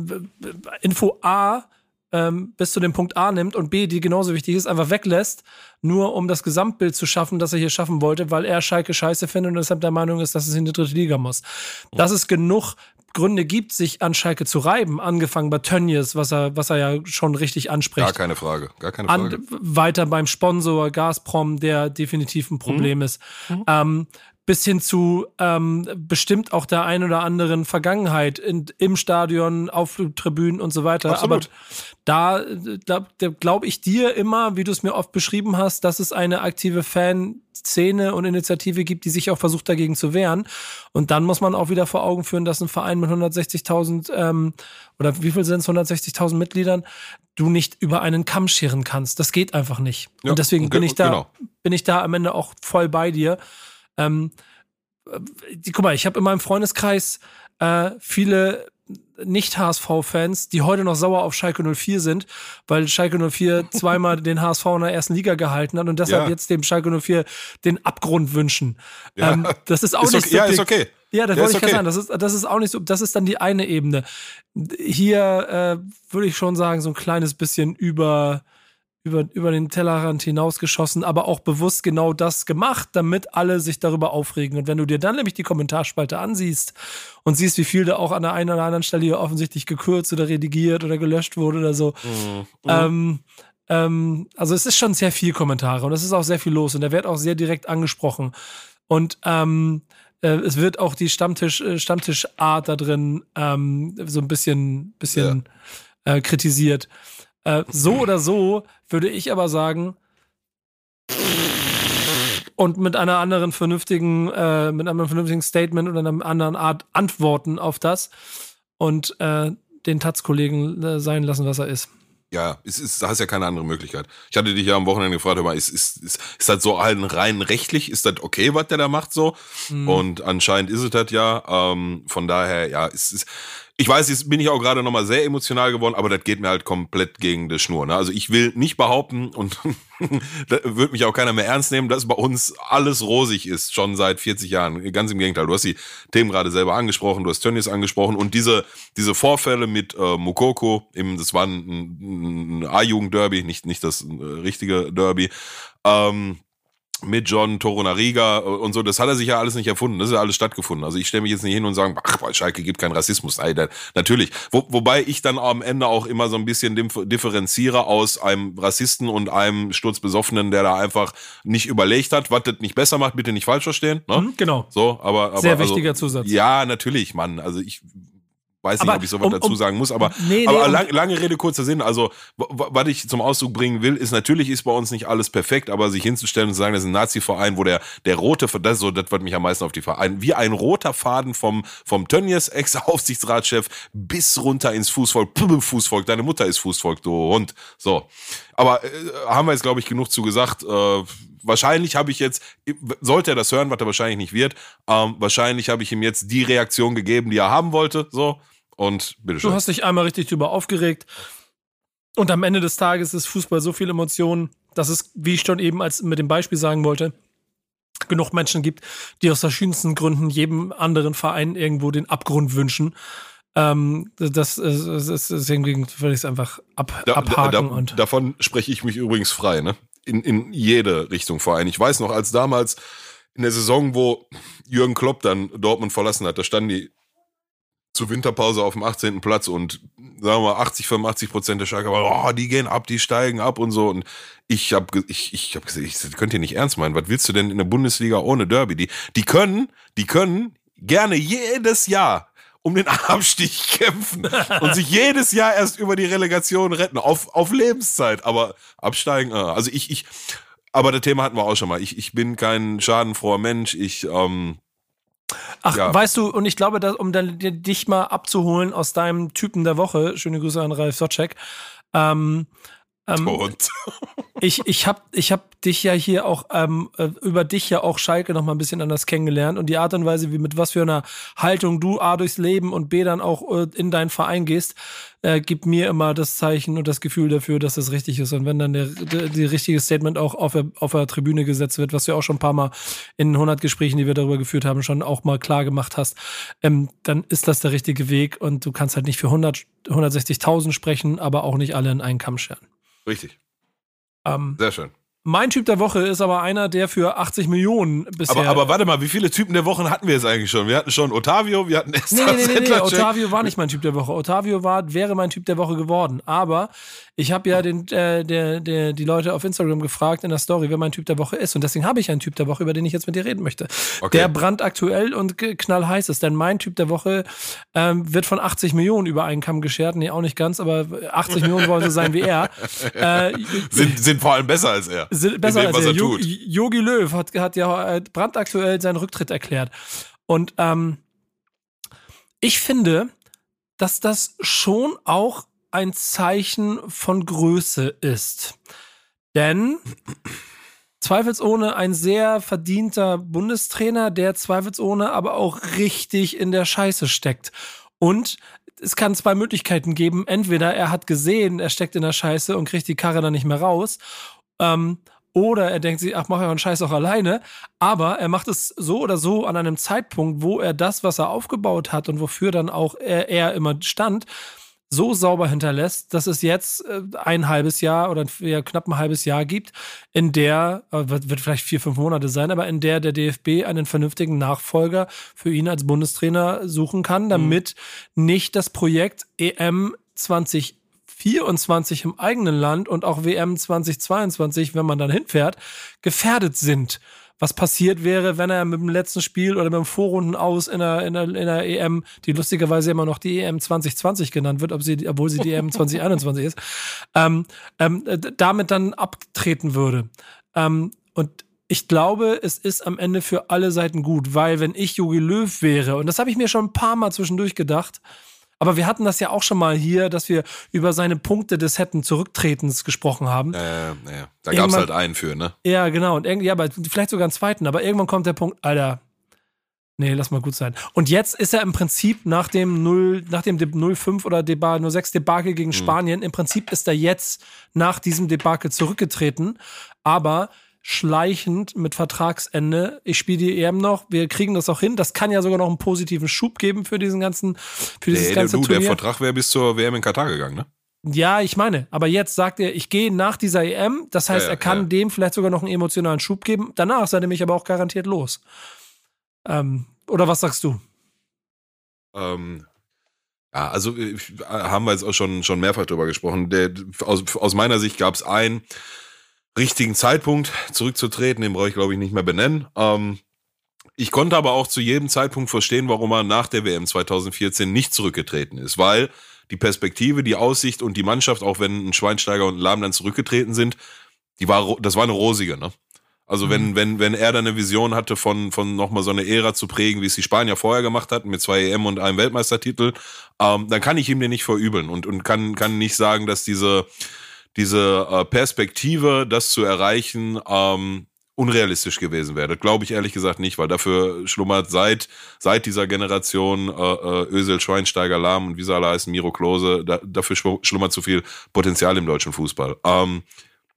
Info A ähm, bis zu dem Punkt A nimmt und B, die genauso wichtig ist, einfach weglässt, nur um das Gesamtbild zu schaffen, das er hier schaffen wollte, weil er Schalke scheiße findet und deshalb der Meinung ist, dass es in die dritte Liga muss. Dass es genug Gründe gibt, sich an Schalke zu reiben, angefangen bei Tönnies, was er, was er ja schon richtig anspricht. Gar keine Frage, gar keine Frage. An, weiter beim Sponsor Gazprom, der definitiv ein Problem mhm. ist. Mhm. Ähm, bis hin zu ähm, bestimmt auch der ein oder anderen Vergangenheit in, im Stadion, auf Tribünen und so weiter. Absolut. Aber da, da, da glaube ich dir immer, wie du es mir oft beschrieben hast, dass es eine aktive Fanszene und Initiative gibt, die sich auch versucht, dagegen zu wehren. Und dann muss man auch wieder vor Augen führen, dass ein Verein mit hundertsechzigtausend ähm, oder wie viel sind es, hundertsechzigtausend Mitgliedern, du nicht über einen Kamm scheren kannst. Das geht einfach nicht. Ja, und deswegen bin ich da, genau. bin ich da am Ende auch voll bei dir. Ähm, die, guck mal, ich habe in meinem Freundeskreis äh, viele Nicht-H S V-Fans, die heute noch sauer auf Schalke null vier sind, weil Schalke null vier zweimal den H S V in der ersten Liga gehalten hat und deshalb ja. jetzt dem Schalke null vier den Abgrund wünschen. Ja. Ähm, das ist auch ist nicht okay. so. Ja, ist okay. Ja, das ja, wollte ich okay. gerade sagen. Das ist, das ist auch nicht so. Das ist dann die eine Ebene. Hier äh, würde ich schon sagen, so ein kleines bisschen über Über, über den Tellerrand hinausgeschossen, aber auch bewusst genau das gemacht, damit alle sich darüber aufregen. Und wenn du dir dann nämlich die Kommentarspalte ansiehst und siehst, wie viel da auch an der einen oder anderen Stelle hier offensichtlich gekürzt oder redigiert oder gelöscht wurde oder so. Mhm. Ähm, ähm, also es ist schon sehr viel Kommentare und es ist auch sehr viel los und der wird auch sehr direkt angesprochen. Und ähm, äh, es wird auch die Stammtisch, äh, Stammtischart da drin ähm, so ein bisschen, bisschen ja. äh, kritisiert. Äh, so oder so würde ich aber sagen, und mit einer anderen vernünftigen, äh, mit einem vernünftigen Statement oder einer anderen Art antworten auf das und äh, den Taz-Kollegen äh, sein lassen, was er ist. Ja, es ist, da hast ja keine andere Möglichkeit. Ich hatte dich ja am Wochenende gefragt, hör mal, ist, ist, ist, ist das so rein rechtlich, ist das okay, was der da macht so? Mhm. Und anscheinend ist es das ja. Ähm, von daher, ja, es ist, Ich weiß, jetzt bin ich auch gerade nochmal sehr emotional geworden, aber das geht mir halt komplett gegen die Schnur. Ne? Also ich will nicht behaupten, und da wird mich auch keiner mehr ernst nehmen, dass bei uns alles rosig ist, schon seit vierzig Jahren. Ganz im Gegenteil, du hast die Themen gerade selber angesprochen, du hast Tönnies angesprochen und diese diese Vorfälle mit äh, Moukoko, eben, das war ein, ein A-Jugend-Derby, nicht, nicht das äh, richtige Derby, ähm, mit John Torunariga und so, das hat er sich ja alles nicht erfunden, das ist ja alles stattgefunden. Also ich stelle mich jetzt nicht hin und sage, ach, bei Schalke gibt keinen Rassismus. Nein, da, natürlich. Wo, wobei ich dann am Ende auch immer so ein bisschen differenziere aus einem Rassisten und einem Sturzbesoffenen, der da einfach nicht überlegt hat, was das nicht besser macht, bitte nicht falsch verstehen. Ne? Mhm, genau. So, aber, aber sehr wichtiger also, Zusatz. Ja, natürlich, Mann. Also ich weiß nicht, aber ob ich sowas um, dazu um, sagen muss, aber, nee, nee, aber um, lang, lange Rede, kurzer Sinn. Also, was ich zum Ausdruck bringen will, ist, natürlich ist bei uns nicht alles perfekt, aber sich hinzustellen und zu sagen, das ist ein Nazi-Verein, wo der, der rote, das ist so, das wird mich am meisten auf die Verein, wie ein roter Faden vom, vom Tönnies, Ex-Aufsichtsratschef, bis runter ins Fußvolk, Fußvolk, deine Mutter ist Fußvolk, du Hund. So. Aber, äh, haben wir jetzt, glaube ich, genug zu gesagt, äh, wahrscheinlich habe ich jetzt, sollte er das hören, was er wahrscheinlich nicht wird, ähm, wahrscheinlich habe ich ihm jetzt die Reaktion gegeben, die er haben wollte, so. Und bitteschön. Du hast dich einmal richtig drüber aufgeregt. Und am Ende des Tages ist Fußball so viel Emotionen, dass es, wie ich schon eben als mit dem Beispiel sagen wollte, genug Menschen gibt, die aus verschiedensten Gründen jedem anderen Verein irgendwo den Abgrund wünschen. Ähm, das ist, ist, deswegen würde ich es einfach ab, da, abhaken. Da, da, und davon spreche ich mich übrigens frei, ne? In, in jede Richtung Verein. Ich weiß noch, als damals in der Saison, wo Jürgen Klopp dann Dortmund verlassen hat, da standen die zur Winterpause auf dem achtzehnten Platz und sagen wir mal achtzig, fünfundachtzig Prozent der Schalker waren, oh, die gehen ab, die steigen ab und so. Und ich habe ich, ich hab gesagt, ich, könnt ihr nicht ernst meinen, was willst du denn in der Bundesliga ohne Derby? Die, die können, die können gerne jedes Jahr um den Abstieg kämpfen und sich jedes Jahr erst über die Relegation retten, auf, auf Lebenszeit. Aber absteigen, also ich, ich, aber das Thema hatten wir auch schon mal. Ich, ich bin kein schadenfroher Mensch, ich, ähm, Ach, ja. Weißt du, und ich glaube, dass, um dann, dich mal abzuholen aus deinem Typen der Woche, schöne Grüße an Ralf Sotschek, ähm, ähm, und ich, ich hab, ich hab dich ja hier auch, ähm, über dich ja auch Schalke noch mal ein bisschen anders kennengelernt und die Art und Weise, wie mit was für einer Haltung du A durchs Leben und B dann auch äh, in deinen Verein gehst, äh, gibt mir immer das Zeichen und das Gefühl dafür, dass das richtig ist. Und wenn dann der, der, die richtige Statement auch auf der, auf der Tribüne gesetzt wird, was du ja auch schon ein paar Mal in hundert Gesprächen, die wir darüber geführt haben, schon auch mal klar gemacht hast, ähm, dann ist das der richtige Weg und du kannst halt nicht für hundert, hundertsechzigtausend sprechen, aber auch nicht alle in einen Kamm scheren. Richtig. Ähm, Sehr schön. Mein Typ der Woche ist aber einer, der für achtzig Millionen bisher... Aber, aber warte mal, wie viele Typen der Wochen hatten wir jetzt eigentlich schon? Wir hatten schon Otavio, wir hatten Esther. Nee, nee, nee, nee, Otavio war nicht mein Typ der Woche. Otavio war, wäre mein Typ der Woche geworden. Aber ich habe ja den, äh, der, der, die Leute auf Instagram gefragt in der Story, wer mein Typ der Woche ist. Und deswegen habe ich einen Typ der Woche, über den ich jetzt mit dir reden möchte. Okay. Der brandaktuell und knallheiß ist. Denn mein Typ der Woche ähm, wird von achtzig Millionen über einen Kamm geschert. Nee, auch nicht ganz, aber achtzig Millionen wollen so sein wie er. Äh, sind, sind vor allem besser als er. Sind besser dem, als was er. er tut. Jogi Löw hat, hat ja brandaktuell seinen Rücktritt erklärt. Und ähm, ich finde, dass das schon auch ein Zeichen von Größe ist. Denn zweifelsohne ein sehr verdienter Bundestrainer, der zweifelsohne aber auch richtig in der Scheiße steckt. Und es kann zwei Möglichkeiten geben. Entweder er hat gesehen, er steckt in der Scheiße und kriegt die Karre dann nicht mehr raus. Ähm, Oder er denkt sich, ach, mach ja einen Scheiß auch alleine. Aber er macht es so oder so an einem Zeitpunkt, wo er das, was er aufgebaut hat und wofür dann auch er, er immer stand, so sauber hinterlässt, dass es jetzt ein halbes Jahr oder ja, knapp ein halbes Jahr gibt, in der, wird vielleicht vier, fünf Monate sein, aber in der der D F B einen vernünftigen Nachfolger für ihn als Bundestrainer suchen kann, damit mhm. nicht das Projekt E M zwanzig vierundzwanzig im eigenen Land und auch W M zwanzig zweiundzwanzig, wenn man dann hinfährt, gefährdet sind. Was passiert wäre, wenn er mit dem letzten Spiel oder mit dem Vorrunden aus in der, in der, in der E M, die lustigerweise immer noch die E M zwanzig zwanzig genannt wird, ob sie, obwohl sie die E M zwanzig einundzwanzig ist, ähm, ähm, damit dann abtreten würde. Ähm, und ich glaube, es ist am Ende für alle Seiten gut, weil wenn ich Jogi Löw wäre, und das habe ich mir schon ein paar Mal zwischendurch gedacht, aber wir hatten das ja auch schon mal hier, dass wir über seine Punkte des hätten Zurücktretens gesprochen haben. Äh, ja. Da gab es halt einen für, ne? Ja, genau. Und ja, aber vielleicht sogar einen zweiten. Aber irgendwann kommt der Punkt, Alter, Nee, lass mal gut sein. Und jetzt ist er im Prinzip nach dem null, nach dem null fünf oder Deba, null sechs Debakel gegen Spanien, im Prinzip ist er jetzt nach diesem Debakel zurückgetreten, aber schleichend mit Vertragsende. Ich spiele die E M noch, wir kriegen das auch hin. Das kann ja sogar noch einen positiven Schub geben für diesen ganzen, für dieses nee, ganze du, Turnier. Der Vertrag wäre bis zur W M in Katar gegangen, ne? Ja, ich meine, aber jetzt sagt er, ich gehe nach dieser E M, das heißt, ja, ja, er kann ja. dem vielleicht sogar noch einen emotionalen Schub geben. Danach ist er nämlich aber auch garantiert los. Ähm, oder was sagst du? Ähm, ja, also äh, haben wir jetzt auch schon, schon mehrfach drüber gesprochen. Der, aus, aus meiner Sicht gab es einen richtigen Zeitpunkt, zurückzutreten, den brauche ich, glaube ich, nicht mehr benennen. Ähm, ich konnte aber auch zu jedem Zeitpunkt verstehen, warum er nach der W M zwanzig vierzehn nicht zurückgetreten ist, weil die Perspektive, die Aussicht und die Mannschaft, auch wenn ein Schweinsteiger und ein Lahm dann zurückgetreten sind, die war, das war eine rosige, ne? Also wenn, wenn, wenn er da eine Vision hatte von, von nochmal so eine Ära zu prägen, wie es die Spanier vorher gemacht hatten, mit zwei E M und einem Weltmeistertitel, ähm, dann kann ich ihm den nicht verübeln und, und kann, kann nicht sagen, dass diese, diese äh, Perspektive, das zu erreichen, ähm, unrealistisch gewesen wäre. Das glaube ich ehrlich gesagt nicht, weil dafür schlummert seit, seit dieser Generation, äh, Özil, Schweinsteiger, Lahm und wie sie alle heißen, Miro Klose, da, dafür schlummert zu viel Potenzial im deutschen Fußball. Ähm,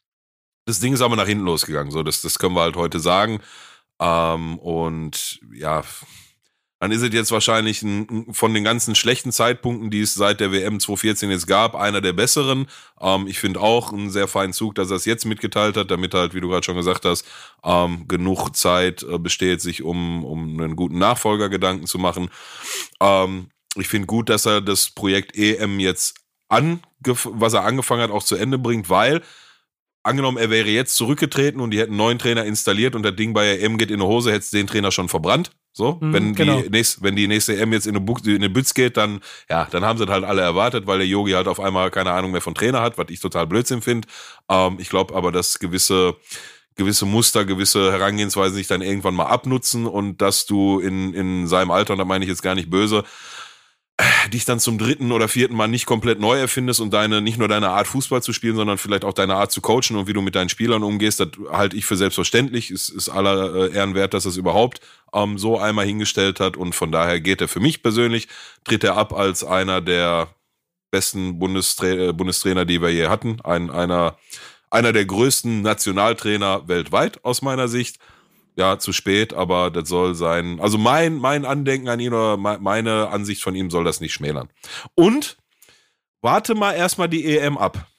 Das Ding ist aber nach hinten losgegangen, so das, das können wir halt heute sagen. Ähm, und ja, dann ist es jetzt wahrscheinlich ein, von den ganzen schlechten Zeitpunkten, die es seit der W M zwanzig vierzehn jetzt gab, einer der besseren. Ähm, ich finde auch einen sehr feinen Zug, dass er es jetzt mitgeteilt hat, damit halt, wie du gerade schon gesagt hast, ähm, genug Zeit äh, besteht, sich um, um einen guten Nachfolger Gedanken zu machen. Ähm, ich finde gut, dass er das Projekt E M jetzt angef- was er angefangen hat, auch zu Ende bringt, weil angenommen, er wäre jetzt zurückgetreten und die hätten einen neuen Trainer installiert und das Ding bei E M geht in die Hose, hätte es den Trainer schon verbrannt. So, mhm, wenn, genau. die nächste, wenn die nächste E M jetzt in eine, Bu- in eine Bütz geht, dann, ja, dann haben sie das halt alle erwartet, weil der Yogi halt auf einmal keine Ahnung mehr von Trainer hat, was ich total Blödsinn finde. Ähm, ich glaube aber, dass gewisse, gewisse Muster, gewisse Herangehensweisen sich dann irgendwann mal abnutzen und dass du in, in seinem Alter, und da meine ich jetzt gar nicht böse, dich dann zum dritten oder vierten Mal nicht komplett neu erfindest und deine, nicht nur deine Art Fußball zu spielen, sondern vielleicht auch deine Art zu coachen und wie du mit deinen Spielern umgehst, das halte ich für selbstverständlich. Es ist aller Ehren wert, dass er es überhaupt ähm, so einmal hingestellt hat und von daher geht er für mich persönlich, tritt er ab als einer der besten Bundestra- Bundestrainer, die wir je hatten. Ein, einer, einer der größten Nationaltrainer weltweit aus meiner Sicht. Ja, zu spät, aber das soll sein, also mein, mein Andenken an ihn oder meine Ansicht von ihm soll das nicht schmälern. Und warte mal erstmal die E M ab.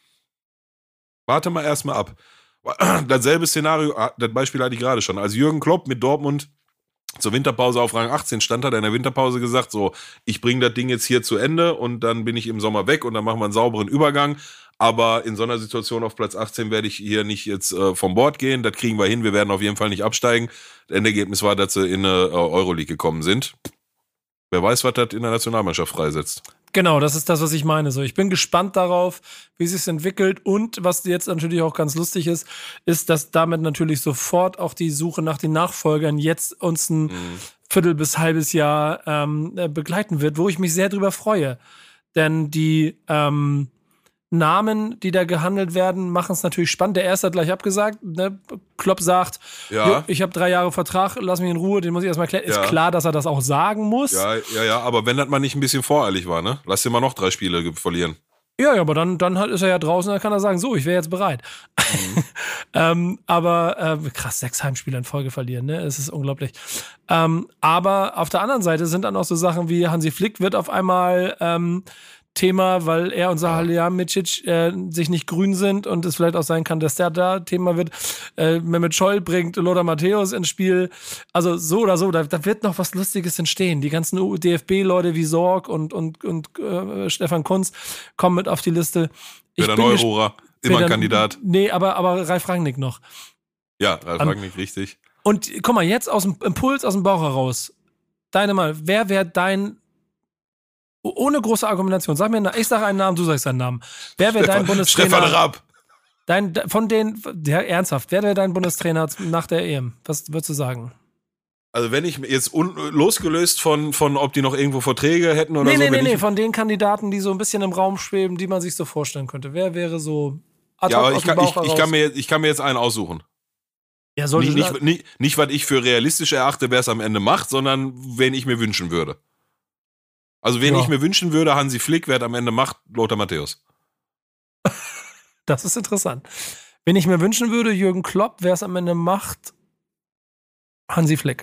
Warte mal erstmal ab. Dasselbe Szenario, das Beispiel hatte ich gerade schon. Als Jürgen Klopp mit Dortmund zur Winterpause auf Rang achtzehn stand, hat er in der Winterpause gesagt, so, ich bringe das Ding jetzt hier zu Ende und dann bin ich im Sommer weg und dann machen wir einen sauberen Übergang. Aber in so einer Situation auf Platz achtzehn werde ich hier nicht jetzt äh, vom Bord gehen. Das kriegen wir hin. Wir werden auf jeden Fall nicht absteigen. Das Endergebnis war, dass sie in eine äh, Euroleague gekommen sind. Wer weiß, was das in der Nationalmannschaft freisetzt. Genau, das ist das, was ich meine. So, ich bin gespannt darauf, wie es sich entwickelt. Und was jetzt natürlich auch ganz lustig ist, ist, dass damit natürlich sofort auch die Suche nach den Nachfolgern jetzt uns ein mhm. Viertel bis halbes Jahr ähm, begleiten wird, wo ich mich sehr drüber freue. Denn die ähm, Namen, die da gehandelt werden, machen es natürlich spannend. Der erste hat gleich abgesagt. Ne? Klopp sagt, ja. ich habe drei Jahre Vertrag, lass mich in Ruhe, den muss ich erstmal klären. Ja. Ist klar, dass er das auch sagen muss. Ja, ja, ja, aber wenn das mal nicht ein bisschen voreilig war, ne? Lass dir mal noch drei Spiele verlieren. Ja, ja, aber dann, dann ist er ja draußen, dann kann er sagen, so, ich wäre jetzt bereit. Mhm. ähm, aber äh, krass, sechs Heimspiele in Folge verlieren, ne? Es ist unglaublich. Ähm, aber auf der anderen Seite sind dann auch so Sachen wie Hansi Flick wird auf einmal ähm, Thema, weil er und Salihamidzic äh, sich nicht grün sind und es vielleicht auch sein kann, dass der da Thema wird. Äh, Mehmet Scholl bringt Lothar Matthäus ins Spiel. Also so oder so, da, da wird noch was Lustiges entstehen. Die ganzen D F B-Leute wie Sorg und, und, und äh, Stefan Kunz kommen mit auf die Liste. Peter Neururer, immer ein Peter, Kandidat. Nee, aber, aber Ralf Rangnick noch. Ja, Ralf um, Rangnick, richtig. Und guck mal, jetzt aus dem Impuls, aus dem Bauch heraus. Deine mal, wer wäre dein ohne große Argumentation. Sag mir, ich sage einen Namen, du sagst einen Namen. Wer wäre dein Bundestrainer? Stefan Raab. Dein, von den, ja, ernsthaft, wer wäre dein Bundestrainer nach der E M? Was würdest du sagen? Also wenn ich jetzt un- losgelöst von, von, ob die noch irgendwo Verträge hätten oder nee, so. Nee, nee, nee, nee, von den Kandidaten, die so ein bisschen im Raum schweben, die man sich so vorstellen könnte. Wer wäre so ad hoc Ja, aber aus ich dem kann, Bauch ich, ich, kann mir, ich kann mir jetzt einen aussuchen. Ja, sollte nicht, nicht, nicht, nicht, was ich für realistisch erachte, wer es am Ende macht, sondern wen ich mir wünschen würde. Also wen ja. ich mir wünschen würde, Hansi Flick, wer es am Ende macht, Lothar Matthäus. Das ist interessant. Wen ich mir wünschen würde, Jürgen Klopp, wer es am Ende macht, Hansi Flick.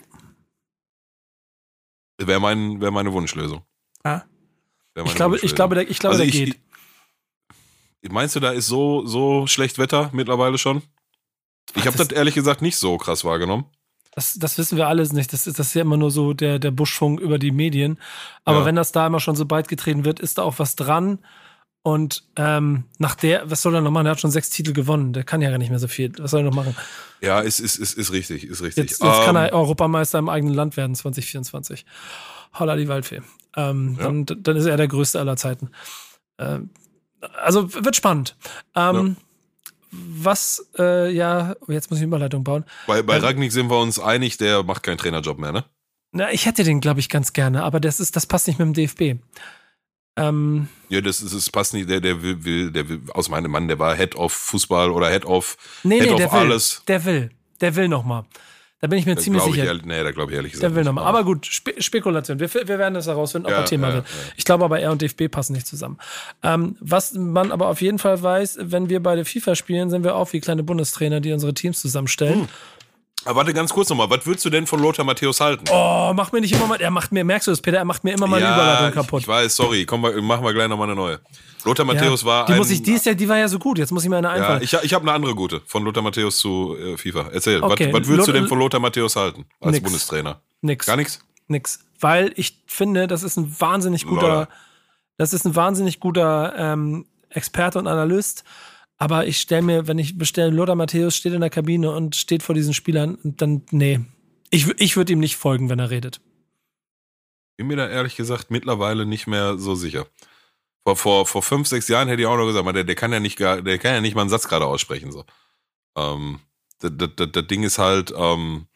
Wäre mein, wär meine Wunschlösung. Ja. Wär ich, glaube, ich glaube, der, ich glaube, also der ich, geht. Meinst du, da ist so, so schlecht Wetter mittlerweile schon? Ich habe das, das ehrlich gesagt nicht so krass wahrgenommen. Das, das wissen wir alles nicht. Das ist, das ist ja immer nur so der, der Buschfunk über die Medien. Aber ja. wenn das da immer schon so breit getreten wird, ist da auch was dran. Und ähm, nach der, was soll er noch machen? Der hat schon sechs Titel gewonnen. Der kann ja gar nicht mehr so viel. Was soll er noch machen? Ja, ist, ist, ist, ist richtig, ist richtig. Jetzt, jetzt ähm, kann er Europameister im eigenen Land werden, zwanzig vierundzwanzig. Holla die Waldfee. Ähm, ja. dann, dann ist er der Größte aller Zeiten. Ähm, also wird spannend. Ähm, ja. Was, äh, ja, jetzt muss ich eine Überleitung bauen. Bei, bei ähm, Rangnick sind wir uns einig, der macht keinen Trainerjob mehr, ne? Na, ich hätte den, glaube ich, ganz gerne, aber das ist, das passt nicht mit dem D F B. Ähm, ja, das, ist, das passt nicht, der, der will, will, der will, aus meinem Mann, der war Head of Fußball oder Head of, nee, Head nee, of der will, alles. Der will, der will nochmal. Da bin ich mir da ziemlich sicher. Ich, nee, da glaube ich ehrlich gesagt. Der will nochmal. Aber gut, Spe- Spekulation. Wir, wir werden das herausfinden, ob ja, er Thema ja, wird. Ja. Ich glaube aber, er und D F B passen nicht zusammen. Ähm, was man aber auf jeden Fall weiß, wenn wir beide FIFA spielen, sind wir auch wie kleine Bundestrainer, die unsere Teams zusammenstellen. Hm. Aber warte ganz kurz nochmal, was würdest du denn von Lothar Matthäus halten? Oh, mach mir nicht immer mal, er macht mir, merkst du das, Peter, er macht mir immer mal ja, eine Überleitung kaputt. Ich weiß, sorry, komm, machen wir gleich nochmal eine neue. Lothar Matthäus ja, war die ein... Muss ich, die, ist ja, die war ja so gut, jetzt muss ich mir eine einfallen. Ja, ich ich habe eine andere gute, von Lothar Matthäus zu äh, FIFA. Erzähl, okay. was, was würdest L- du denn von Lothar Matthäus halten, als nix. Bundestrainer? Nix. Gar nichts? Nix, weil ich finde, das ist ein wahnsinnig guter, Lola. das ist ein wahnsinnig guter ähm, Experte und Analyst. Aber ich stelle mir, wenn ich bestelle, Lothar Matthäus steht in der Kabine und steht vor diesen Spielern, und dann, nee. Ich, ich würde ihm nicht folgen, wenn er redet. Bin mir da ehrlich gesagt mittlerweile nicht mehr so sicher. Vor, vor, vor fünf, sechs Jahren hätte ich auch noch gesagt, der, der kann ja nicht gar, der kann ja nicht mal einen Satz gerade aussprechen. So. Ähm, das, das, das Ding ist halt, ähm,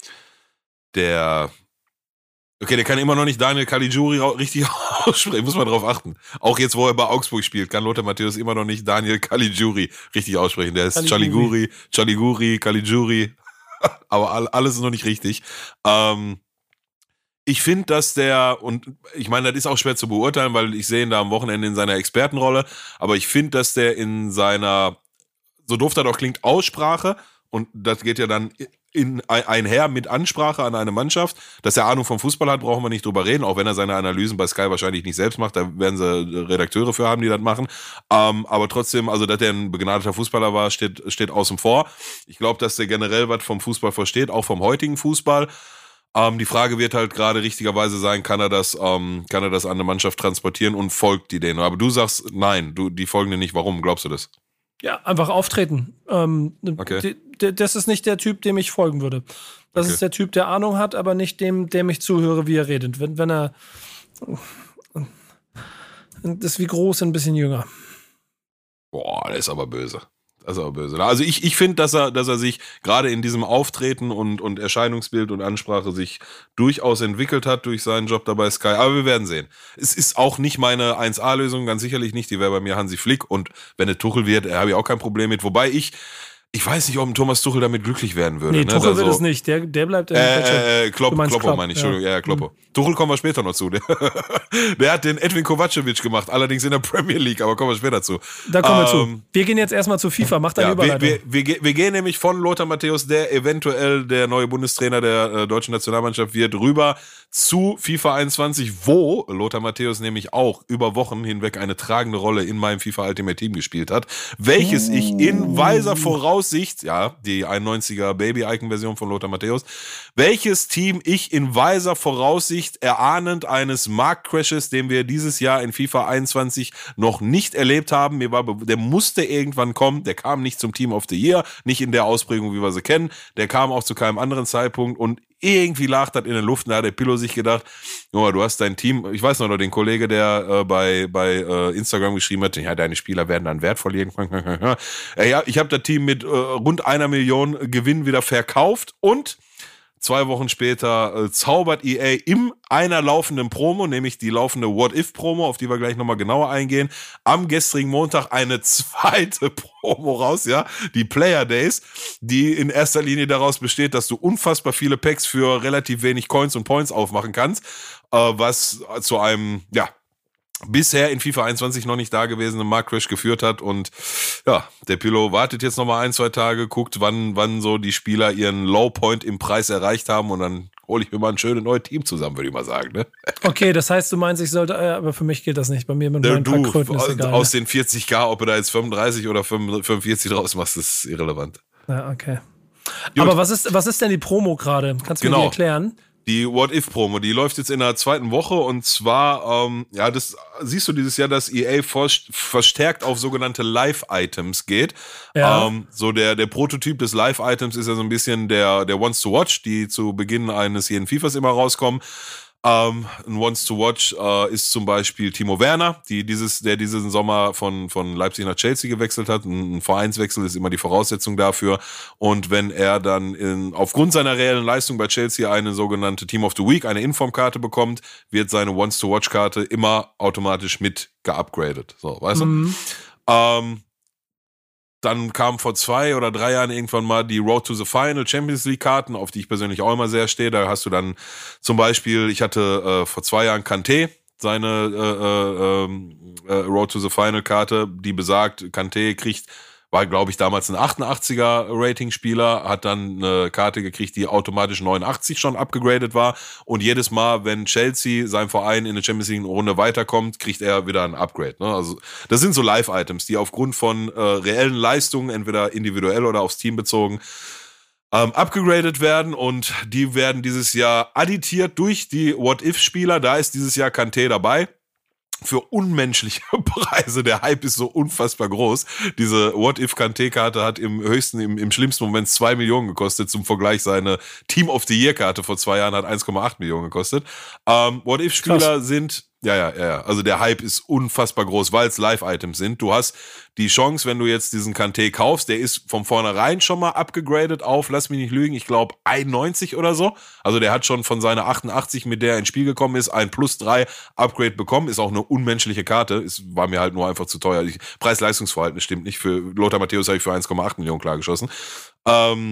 der Okay, der kann immer noch nicht Daniel Caligiuri richtig aussprechen, muss man drauf achten. Auch jetzt, wo er bei Augsburg spielt, kann Lothar Matthäus immer noch nicht Daniel Caligiuri richtig aussprechen. Der ist Caliguri, Caliguri, Caligiuri, aber alles ist noch nicht richtig. Ähm, ich finde, dass der, und ich meine, das ist auch schwer zu beurteilen, weil ich sehe ihn da am Wochenende in seiner Expertenrolle, aber ich finde, dass der in seiner, so doof das auch klingt, Aussprache, und das geht ja dann in, einher mit Ansprache an eine Mannschaft, dass er Ahnung vom Fußball hat, brauchen wir nicht drüber reden, auch wenn er seine Analysen bei Sky wahrscheinlich nicht selbst macht, da werden sie Redakteure für haben, die das machen, ähm, aber trotzdem, also dass er ein begnadeter Fußballer war, steht, steht außen vor. Ich glaube, dass der generell was vom Fußball versteht, auch vom heutigen Fußball. Ähm, die Frage wird halt gerade richtigerweise sein, kann er das, ähm, kann er das an eine Mannschaft transportieren und folgt die denen? Aber du sagst, nein, du, die folgen dir nicht. Warum glaubst du das? Ja, einfach auftreten. Ähm, okay. d- d- das ist nicht der Typ, dem ich folgen würde. Das okay. ist der Typ, der Ahnung hat, aber nicht dem, dem ich zuhöre, wie er redet. Wenn, wenn er das ist wie groß, ein bisschen jünger. Boah, der ist aber böse. Das ist aber böse. Also ich, ich finde, dass er, dass er sich gerade in diesem Auftreten und, und Erscheinungsbild und Ansprache sich durchaus entwickelt hat durch seinen Job dabei Sky. Aber wir werden sehen. Es ist auch nicht meine eins A-Lösung, ganz sicherlich nicht. Die wäre bei mir Hansi Flick. Und wenn es Tuchel wird, habe ich auch kein Problem mit. Wobei ich, ich weiß nicht, ob ein Thomas Tuchel damit glücklich werden würde. Nee, ne? Tuchel da wird so, es nicht. Der, der bleibt in äh, äh, Klopp, Kloppo Klopp, meine ich. Ja, Entschuldigung, ja, ja Kloppo. Mhm. Tuchel kommen wir später noch zu. Der, der hat den Edwin Kovacevic gemacht, allerdings in der Premier League, aber kommen wir später zu. Da kommen wir ähm, zu. Wir gehen jetzt erstmal zu FIFA. Mach deine ja, Überleitung. Wir, wir, wir, wir gehen nämlich von Lothar Matthäus, der eventuell der neue Bundestrainer der äh, deutschen Nationalmannschaft wird, rüber zu FIFA einundzwanzig, wo Lothar Matthäus nämlich auch über Wochen hinweg eine tragende Rolle in meinem FIFA Ultimate Team gespielt hat, welches ich in weiser Voraussicht, ja, die einundneunziger Baby-Icon-Version von Lothar Matthäus, welches Team ich in weiser Voraussicht erahnend eines Marktcrashes, den wir dieses Jahr in FIFA einundzwanzig noch nicht erlebt haben, mir war, der musste irgendwann kommen, der kam nicht zum Team of the Year, nicht in der Ausprägung, wie wir sie kennen, der kam auch zu keinem anderen Zeitpunkt und irgendwie lag das in der Luft, da hat der Pillow sich gedacht, oh, du hast dein Team, ich weiß noch, den Kollege, der äh, bei, bei äh, Instagram geschrieben hat, ja, deine Spieler werden dann wertvoll irgendwann. ja, ich habe das Team mit äh, rund einer Million Gewinn wieder verkauft und Zwei Wochen später äh, zaubert E A in einer laufenden Promo, nämlich die laufende What-If-Promo, auf die wir gleich nochmal genauer eingehen, am gestrigen Montag eine zweite Promo raus, ja, die Player Days, die in erster Linie daraus besteht, dass du unfassbar viele Packs für relativ wenig Coins und Points aufmachen kannst, äh, was zu einem, ja, bisher in FIFA einundzwanzig noch nicht dagewesenen Marktcrash geführt hat. Und ja, der Pillow wartet jetzt nochmal ein, zwei Tage, guckt, wann wann so die Spieler ihren Lowpoint im Preis erreicht haben, und dann hole ich mir mal ein schönes neues Team zusammen, würde ich mal sagen. Ne? Okay, das heißt, du meinst, ich sollte, äh, aber für mich gilt das nicht. Bei mir mit meinen du, paar Kröten ist egal. Aus den vierzig K, ob du da jetzt fünfunddreißig oder fünfundvierzig draus machst, ist irrelevant. Ja, okay. Gut. Aber was ist, was ist denn die Promo gerade? Kannst du genau. mir die erklären? Die What-If-Promo, die läuft jetzt in der zweiten Woche, und zwar, ähm, ja, das siehst du dieses Jahr, dass E A verstärkt auf sogenannte Live-Items geht. Ja. Ähm, so der, der Prototyp des Live-Items ist ja so ein bisschen der, der Ones to Watch, die zu Beginn eines jeden FIFAs immer rauskommen. Ähm, ein Ones to Watch äh, ist zum Beispiel Timo Werner, die dieses, der diesen Sommer von, von Leipzig nach Chelsea gewechselt hat. Ein Vereinswechsel ist immer die Voraussetzung dafür. Und wenn er dann in, aufgrund seiner reellen Leistung bei Chelsea eine sogenannte Team of the Week, eine Informkarte bekommt, wird seine Ones to Watch Karte immer automatisch mit geupgradet. So, weißt Mhm. du? Ähm, Dann kam vor zwei oder drei Jahren irgendwann mal die Road to the Final Champions League Karten, auf die ich persönlich auch immer sehr stehe. Da hast du dann zum Beispiel, ich hatte äh, vor zwei Jahren Kanté, seine äh, äh, äh, Road to the Final Karte, die besagt, Kanté kriegt, war glaube ich damals ein achtundachtziger Rating-Spieler, hat dann eine Karte gekriegt, die automatisch neunundachtzig schon abgegradet war, und jedes Mal, wenn Chelsea, sein Verein, in der Champions League Runde weiterkommt, kriegt er wieder ein Upgrade. Ne? Also das sind so Live-Items, die aufgrund von äh, reellen Leistungen, entweder individuell oder aufs Team bezogen, ähm, abgegradet werden, und die werden dieses Jahr additiert durch die What-If-Spieler. Da ist dieses Jahr Kanté dabei. Für unmenschliche Preise. Der Hype ist so unfassbar groß. Diese What-If-Kanté-Karte hat im höchsten, im, im schlimmsten Moment zwei Millionen gekostet. Zum Vergleich, seine Team of the Year-Karte vor zwei Jahren hat eins Komma acht Millionen gekostet. Ähm, What-If-Spieler Krass. sind, ja, ja, ja, also der Hype ist unfassbar groß, weil es Live-Items sind. Du hast die Chance, wenn du jetzt diesen Kanté kaufst, der ist von vornherein schon mal abgegradet auf, lass mich nicht lügen, ich glaube einundneunzig oder so. Also der hat schon von seiner achtundachtzig, mit der er ins Spiel gekommen ist, ein plus drei Upgrade bekommen. Ist auch eine unmenschliche Karte. Es war mir halt nur einfach zu teuer. Preis-Leistungsverhältnis stimmt nicht. Für Lothar Matthäus habe ich für eins Komma acht Millionen klargeschossen. Ähm,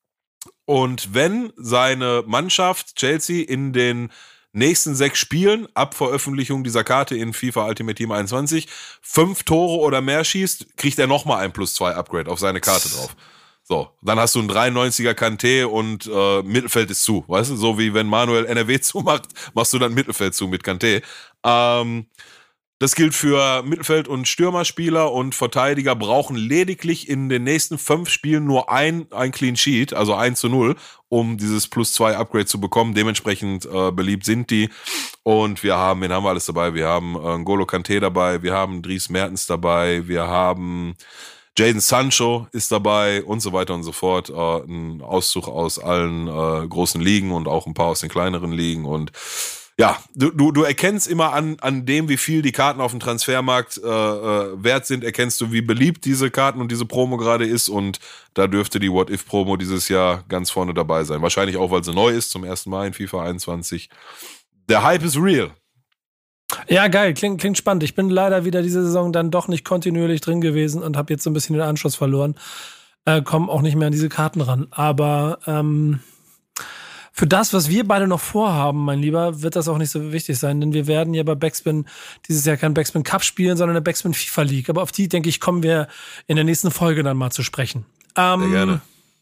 und wenn seine Mannschaft Chelsea in den nächsten sechs Spielen ab Veröffentlichung dieser Karte in FIFA Ultimate Team einundzwanzig fünf Tore oder mehr schießt, kriegt er nochmal ein plus zwei Upgrade auf seine Karte drauf. So, dann hast du einen dreiundneunziger Kanté und äh, Mittelfeld ist zu, weißt du? So wie wenn Manuel N R W zumacht, machst du dann Mittelfeld zu mit Kanté. Ähm, das gilt für Mittelfeld- und Stürmerspieler, und Verteidiger brauchen lediglich in den nächsten fünf Spielen nur ein, ein Clean Sheet, also eins zu null, um dieses plus zwei Upgrade zu bekommen. Dementsprechend äh, beliebt sind die. Und wir haben, wen haben wir alles dabei? Wir haben äh, N'Golo Kanté dabei, wir haben Dries Mertens dabei, wir haben Jadon Sancho ist dabei und so weiter und so fort. Äh, ein Auszug aus allen äh, großen Ligen und auch ein paar aus den kleineren Ligen. Und ja, du, du, du erkennst immer an, an dem, wie viel die Karten auf dem Transfermarkt äh, äh, wert sind, erkennst du, wie beliebt diese Karten und diese Promo gerade ist, und da dürfte die What-If-Promo dieses Jahr ganz vorne dabei sein. Wahrscheinlich auch, weil sie neu ist, zum ersten Mal in FIFA einundzwanzig. Der Hype ist real. Ja, geil, klingt, klingt spannend. Ich bin leider wieder diese Saison dann doch nicht kontinuierlich drin gewesen und habe jetzt so ein bisschen den Anschluss verloren. Äh, komme auch nicht mehr an diese Karten ran. Aber ähm, für das, was wir beide noch vorhaben, mein Lieber, wird das auch nicht so wichtig sein, denn wir werden ja bei Backspin dieses Jahr kein Backspin Cup spielen, sondern eine Backspin FIFA League. Aber auf die, denke ich, kommen wir in der nächsten Folge dann mal zu sprechen. Ähm, Sehr gerne.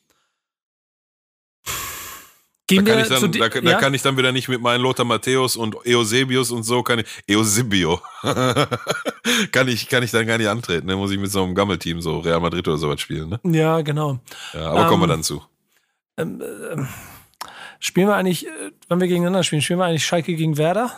Gehen da kann, wir ich dann, zu di- da, da ja? kann ich dann wieder nicht mit meinen Lothar Matthäus und Eusebius und so, kann ich, Eusebio, kann ich, kann ich dann gar nicht antreten, ne? Muss ich mit so einem Gammelteam, so Real Madrid oder sowas spielen, ne? Ja, genau. Ja, aber Ähm, kommen wir dann zu. Ähm, ähm, spielen wir eigentlich, äh, wenn wir gegeneinander spielen, spielen wir eigentlich Schalke gegen Werder?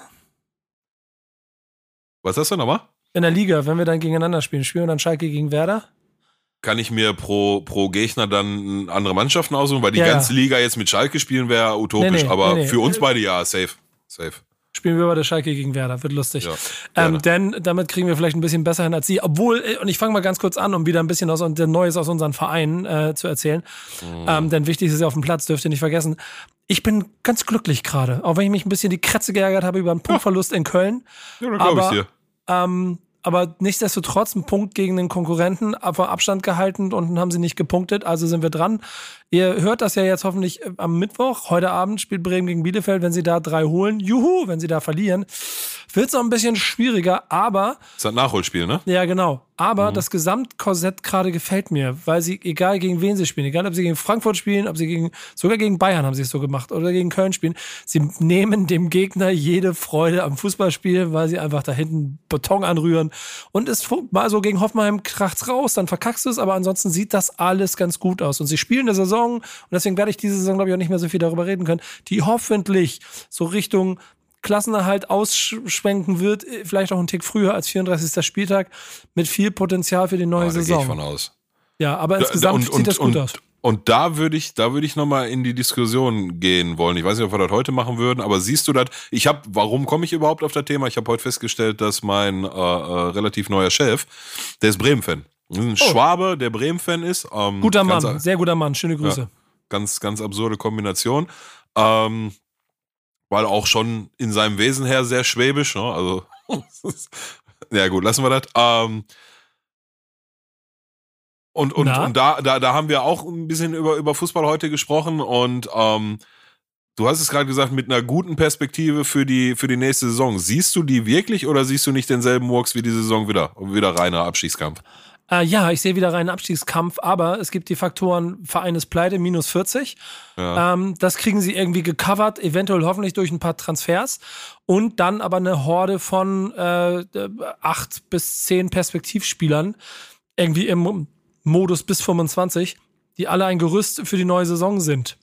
Was hast du nochmal? In der Liga, wenn wir dann gegeneinander spielen, spielen wir dann Schalke gegen Werder? Kann ich mir pro, pro Gegner dann andere Mannschaften aussuchen? Weil die Ja, ganze ja. Liga jetzt mit Schalke spielen wäre utopisch. Nee, nee, aber nee, nee. für uns beide ja, safe. Safe. Spielen wir bei der Schalke gegen Werder, wird lustig. Ja, ähm, gerne. denn damit kriegen wir vielleicht ein bisschen besser hin als Sie. Obwohl, äh, und ich fange mal ganz kurz an, um wieder ein bisschen aus, Neues aus unseren Vereinen äh, zu erzählen. Mhm. Ähm, denn wichtig ist ja auf dem Platz, dürft ihr nicht vergessen. ich bin ganz glücklich gerade, auch wenn ich mich ein bisschen die Kratze geärgert habe über einen Punktverlust ja. in Köln. Ja, da glaube ich dir. Ähm, aber nichtsdestotrotz ein Punkt gegen den Konkurrenten, aber Abstand gehalten und dann haben sie nicht gepunktet, also sind wir dran. Ihr hört das ja jetzt hoffentlich am Mittwoch. Heute Abend spielt Bremen gegen Bielefeld. Wenn sie da drei holen, juhu, wenn sie da verlieren, wird es auch ein bisschen schwieriger, aber... Das ist ein Nachholspiel, ne? Ja, genau. Aber Mhm. das Gesamtkorsett gerade gefällt mir, weil sie, egal gegen wen sie spielen, egal ob sie gegen Frankfurt spielen, ob sie gegen, sogar gegen Bayern haben sie es so gemacht, oder gegen Köln spielen, sie nehmen dem Gegner jede Freude am Fußballspiel, weil sie einfach da hinten Beton anrühren. Und es mal so gegen Hoffenheim kracht's raus, dann verkackst du es, aber ansonsten sieht das alles ganz gut aus. Und sie spielen eine Saison, und deswegen werde ich diese Saison, glaube ich, auch nicht mehr so viel darüber reden können, die hoffentlich so Richtung Klassenerhalt ausschwenken wird, vielleicht auch einen Tick früher als vierunddreißigster Spieltag, mit viel Potenzial für die neue oh, da Saison. Gehe ich von aus. Ja, aber insgesamt und, sieht und, das gut und, aus. Und da würde ich, da würde ich nochmal in die Diskussion gehen wollen. Ich weiß nicht, ob wir das heute machen würden, aber siehst du das? Ich habe, warum komme ich überhaupt auf das Thema? Ich habe heute festgestellt, dass mein äh, äh, relativ neuer Chef, der ist Bremen-Fan. Ein oh. Schwabe, der Bremen-Fan ist. Ähm, guter Mann, sehr guter Mann. Schöne Grüße. Ja, ganz, ganz absurde Kombination. Ähm, weil auch schon in seinem Wesen her sehr schwäbisch, ne? Also, ja gut, lassen wir das. Ähm, und und, und da, da, da haben wir auch ein bisschen über, über Fußball heute gesprochen und ähm, du hast es gerade gesagt, mit einer guten Perspektive für die, für die nächste Saison. Siehst du die wirklich oder siehst du nicht denselben Murks wie die Saison wieder? Wieder reiner Abstiegskampf? Äh, ja, ich sehe wieder reinen Abstiegskampf, aber es gibt die Faktoren, Verein ist pleite, minus vierzig. Ja. Ähm, das kriegen sie irgendwie gecovert, eventuell hoffentlich durch ein paar Transfers. Und dann aber eine Horde von äh, acht bis zehn Perspektivspielern, irgendwie im Modus bis fünfundzwanzig, die alle ein Gerüst für die neue Saison sind.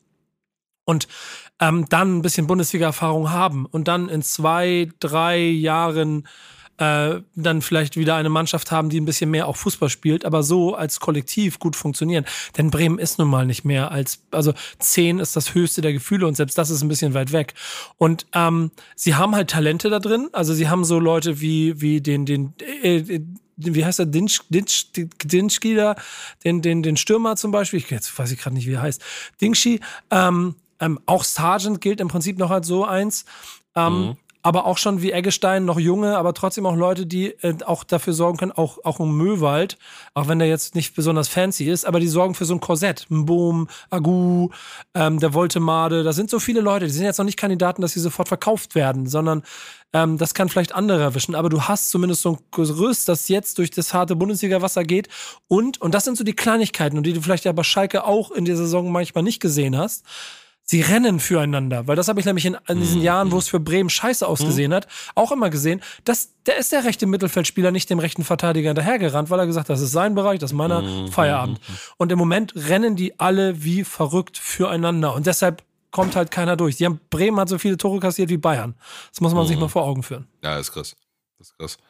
Und ähm, dann ein bisschen Bundesliga-Erfahrung haben und dann in zwei, drei Jahren Äh, dann vielleicht wieder eine Mannschaft haben, die ein bisschen mehr auch Fußball spielt, aber so als Kollektiv gut funktionieren. Denn Bremen ist nun mal nicht mehr als, also zehn ist das höchste der Gefühle und selbst das ist ein bisschen weit weg. Und ähm, sie haben halt Talente da drin, also sie haben so Leute wie, wie den, den, äh, wie heißt der, Dinsch, Dinsch, Dinschki da, den, den, den Stürmer zum Beispiel, ich, jetzt weiß ich gerade nicht, wie er heißt, Dingschi, ähm, ähm, auch Sargent gilt im Prinzip noch als so eins, ähm, mhm. aber auch schon wie Eggestein, noch junge, aber trotzdem auch Leute, die äh, auch dafür sorgen können, auch, auch ein Möwald, auch wenn der jetzt nicht besonders fancy ist, aber die sorgen für so ein Korsett. Ein Boom, Agu, ähm, der Woltemade, da sind so viele Leute, die sind jetzt noch nicht Kandidaten, dass sie sofort verkauft werden, sondern ähm, das kann vielleicht andere erwischen, aber du hast zumindest so ein Gerüst, das jetzt durch das harte Bundesliga-Wasser geht und, und das sind so die Kleinigkeiten, und die du vielleicht ja bei Schalke auch in der Saison manchmal nicht gesehen hast. Sie rennen füreinander, weil das habe ich nämlich in, in diesen Jahren, wo es für Bremen scheiße ausgesehen hat, auch immer gesehen, dass der ist der rechte Mittelfeldspieler nicht dem rechten Verteidiger hinterhergerannt, weil er gesagt hat, das ist sein Bereich, das ist meiner, Feierabend. Und im Moment rennen die alle wie verrückt füreinander und deshalb kommt halt keiner durch. Die haben, Bremen hat so viele Tore kassiert wie Bayern. Das muss man sich mal vor Augen führen. Ja, das ist krass. Das ist krass.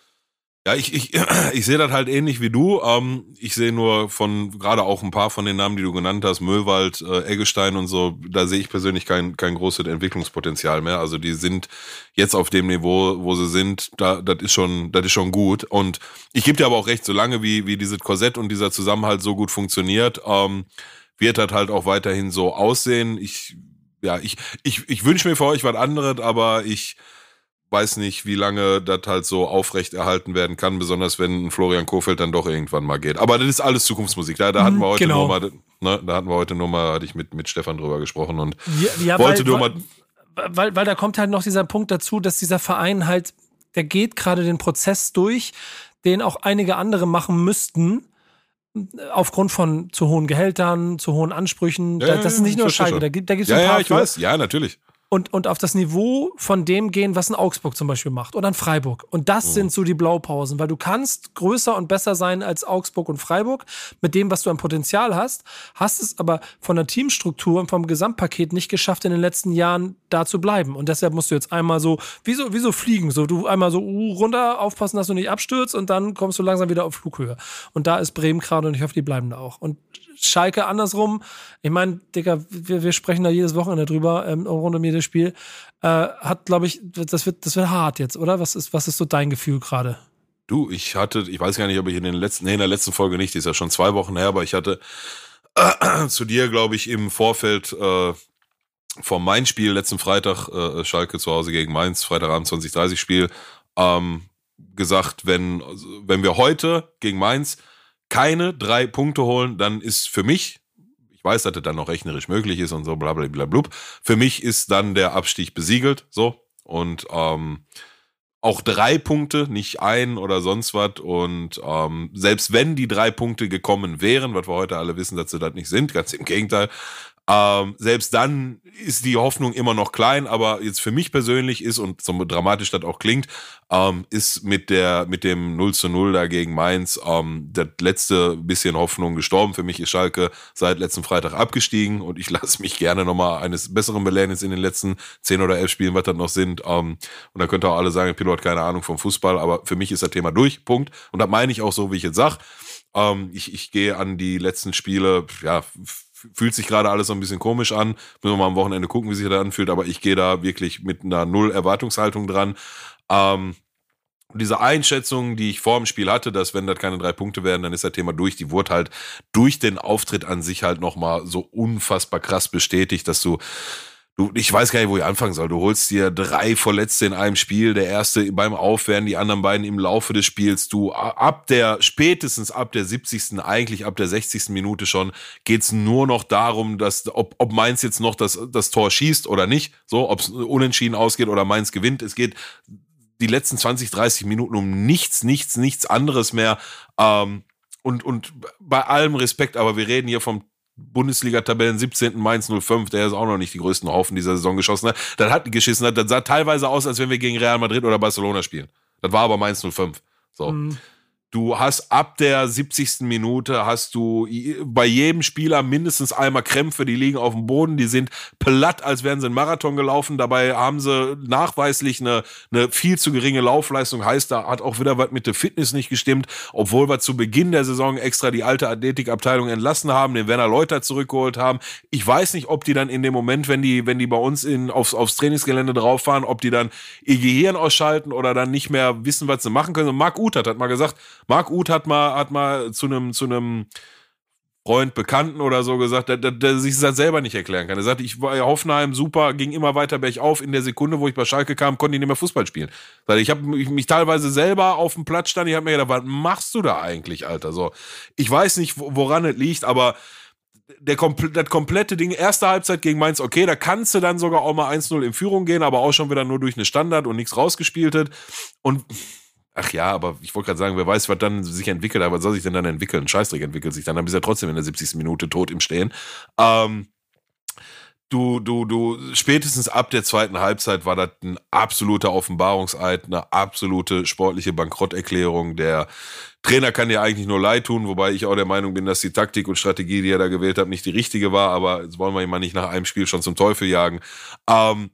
Ja, ich, ich, ich sehe das halt ähnlich wie du. Ähm, ich sehe nur von, gerade auch ein paar von den Namen, die du genannt hast, Möwald, äh, Eggestein und so, da sehe ich persönlich kein, kein großes Entwicklungspotenzial mehr. Also die sind jetzt auf dem Niveau, wo sie sind, da, das ist schon, das ist schon gut. Und ich gebe dir aber auch recht, solange wie, wie dieses Korsett und dieser Zusammenhalt so gut funktioniert, ähm, wird das halt auch weiterhin so aussehen. Ich, ja, ich, ich, ich wünsche mir für euch was anderes, aber ich weiß nicht, wie lange das halt so aufrecht erhalten werden kann, besonders wenn ein Florian Kohfeldt dann doch irgendwann mal geht. Aber das ist alles Zukunftsmusik. Da, da hatten wir heute genau. nur mal, ne, da hatten wir heute nur mal, hatte ich mit, mit Stefan drüber gesprochen und ja, ja, wollte weil, nur mal. Weil, weil, weil da kommt halt noch dieser Punkt dazu, dass dieser Verein halt, der geht gerade den Prozess durch, den auch einige andere machen müssten, aufgrund von zu hohen Gehältern, zu hohen Ansprüchen. Ja, das ist nicht nur Schalke, da gibt da gibt's ja, ein paar ja, ich für. weiß, ja, natürlich. Und, und auf das Niveau von dem gehen, was ein Augsburg zum Beispiel macht oder ein Freiburg. Und das mhm. sind so die Blaupausen, weil du kannst größer und besser sein als Augsburg und Freiburg mit dem, was du an Potenzial hast, hast es aber von der Teamstruktur und vom Gesamtpaket nicht geschafft, in den letzten Jahren da zu bleiben. Und deshalb musst du jetzt einmal so, wie so, wie so fliegen, so du einmal so uh, runter, aufpassen, dass du nicht abstürzt und dann kommst du langsam wieder auf Flughöhe. Und da ist Bremen gerade und ich hoffe, die bleiben da auch. Und Schalke andersrum, ich meine, Digga, wir, wir sprechen da jedes Wochenende drüber, ähm, rund um jedes Spiel, äh, hat, glaube ich, das wird, das wird hart jetzt, oder? Was ist, was ist so dein Gefühl gerade? Du, ich hatte, ich weiß gar nicht, ob ich in den letzten, nee, in der letzten Folge nicht, die ist ja schon zwei Wochen her, aber ich hatte äh, zu dir, glaube ich, im Vorfeld äh, vor mein Spiel letzten Freitag, äh, Schalke zu Hause gegen Mainz, Freitagabend zwanzig Uhr dreißig Spiel, ähm, gesagt, wenn, wenn wir heute gegen Mainz keine drei Punkte holen, dann ist für mich, ich weiß, dass das dann noch rechnerisch möglich ist und so, bla bla bla blub, für mich ist dann der Abstieg besiegelt, so, und ähm, auch drei Punkte, nicht ein oder sonst was, und ähm, selbst wenn die drei Punkte gekommen wären, was wir heute alle wissen, dass sie das nicht sind, ganz im Gegenteil, Ähm, selbst dann ist die Hoffnung immer noch klein, aber jetzt für mich persönlich ist, und so dramatisch das auch klingt, ähm, ist mit der mit dem null zu null da gegen Mainz ähm, das letzte bisschen Hoffnung gestorben. Für mich ist Schalke seit letzten Freitag abgestiegen, und ich lasse mich gerne nochmal eines Besseren belehren jetzt in den letzten zehn oder elf Spielen, was das noch sind. Ähm, und da könnt ihr auch alle sagen, Pilot hat keine Ahnung vom Fußball, aber für mich ist das Thema durch, Punkt. Und das meine ich auch so, wie ich jetzt sage. Ähm, ich, ich gehe an die letzten Spiele, ja, fühlt sich gerade alles so ein bisschen komisch an. Müssen wir mal am Wochenende gucken, wie sich das anfühlt, aber ich gehe da wirklich mit einer Null-Erwartungshaltung dran. Ähm, diese Einschätzung, die ich vor dem Spiel hatte, dass wenn das keine drei Punkte werden, dann ist das Thema durch, die wurde halt durch den Auftritt an sich halt nochmal so unfassbar krass bestätigt, dass du Du, ich weiß gar nicht, wo ich anfangen soll. Du holst dir drei Verletzte in einem Spiel. Der erste beim Aufwärmen, die anderen beiden im Laufe des Spiels. Du, ab der, spätestens ab der siebzigsten, eigentlich ab der sechzigsten Minute schon, geht's nur noch darum, dass, ob, ob Mainz jetzt noch das, das Tor schießt oder nicht. So, ob es unentschieden ausgeht oder Mainz gewinnt. Es geht die letzten zwanzig, dreißig Minuten um nichts, nichts, nichts anderes mehr. Ähm, und, und bei allem Respekt, aber wir reden hier vom Bundesliga-Tabellen siebzehnten Mainz null fünf, der ist auch noch nicht die größten Haufen dieser Saison geschossen hat. Das hat geschissen hat, das sah teilweise aus, als wenn wir gegen Real Madrid oder Barcelona spielen. Das war aber Mainz null fünf. So. Mhm. Du hast ab der siebzigsten Minute hast du bei jedem Spieler mindestens einmal Krämpfe, die liegen auf dem Boden, die sind platt, als wären sie einen Marathon gelaufen. Dabei haben sie nachweislich eine, eine viel zu geringe Laufleistung. Heißt, da hat auch wieder was mit der Fitness nicht gestimmt, obwohl wir zu Beginn der Saison extra die alte Athletikabteilung entlassen haben, den Werner Leuter zurückgeholt haben. Ich weiß nicht, ob die dann in dem Moment, wenn die, wenn die bei uns in, aufs, aufs Trainingsgelände drauf fahren, ob die dann ihr Gehirn ausschalten oder dann nicht mehr wissen, was sie machen können. Und Marc Uth hat mal gesagt, Marc Uth hat mal, hat mal zu einem, zu einem Freund, Bekannten oder so gesagt, der, der, der sich das selber nicht erklären kann. Er sagt, ich war ja Hoffenheim super, ging immer weiter bergauf. In der Sekunde, wo ich bei Schalke kam, konnte ich nicht mehr Fußball spielen. Ich habe mich teilweise selber auf dem Platz stand, ich habe mir gedacht, was machst du da eigentlich, Alter? So, ich weiß nicht, woran es liegt, aber der das komplette Ding, erste Halbzeit gegen Mainz, okay, da kannst du dann sogar auch mal eins null in Führung gehen, aber auch schon wieder nur durch eine Standard und nichts rausgespieltet. Und ach ja, aber ich wollte gerade sagen, wer weiß, was dann sich entwickelt, aber was soll sich denn dann entwickeln? Ein Scheißdreck entwickelt sich dann, dann bist du ja trotzdem in der siebzigsten Minute tot im Stehen. Ähm, du, du, du, spätestens ab der zweiten Halbzeit war das ein absoluter Offenbarungseid, eine absolute sportliche Bankrotterklärung. Der Trainer kann dir eigentlich nur leid tun, wobei ich auch der Meinung bin, dass die Taktik und Strategie, die er da gewählt hat, nicht die richtige war, aber jetzt wollen wir ihn mal nicht nach einem Spiel schon zum Teufel jagen. Ähm,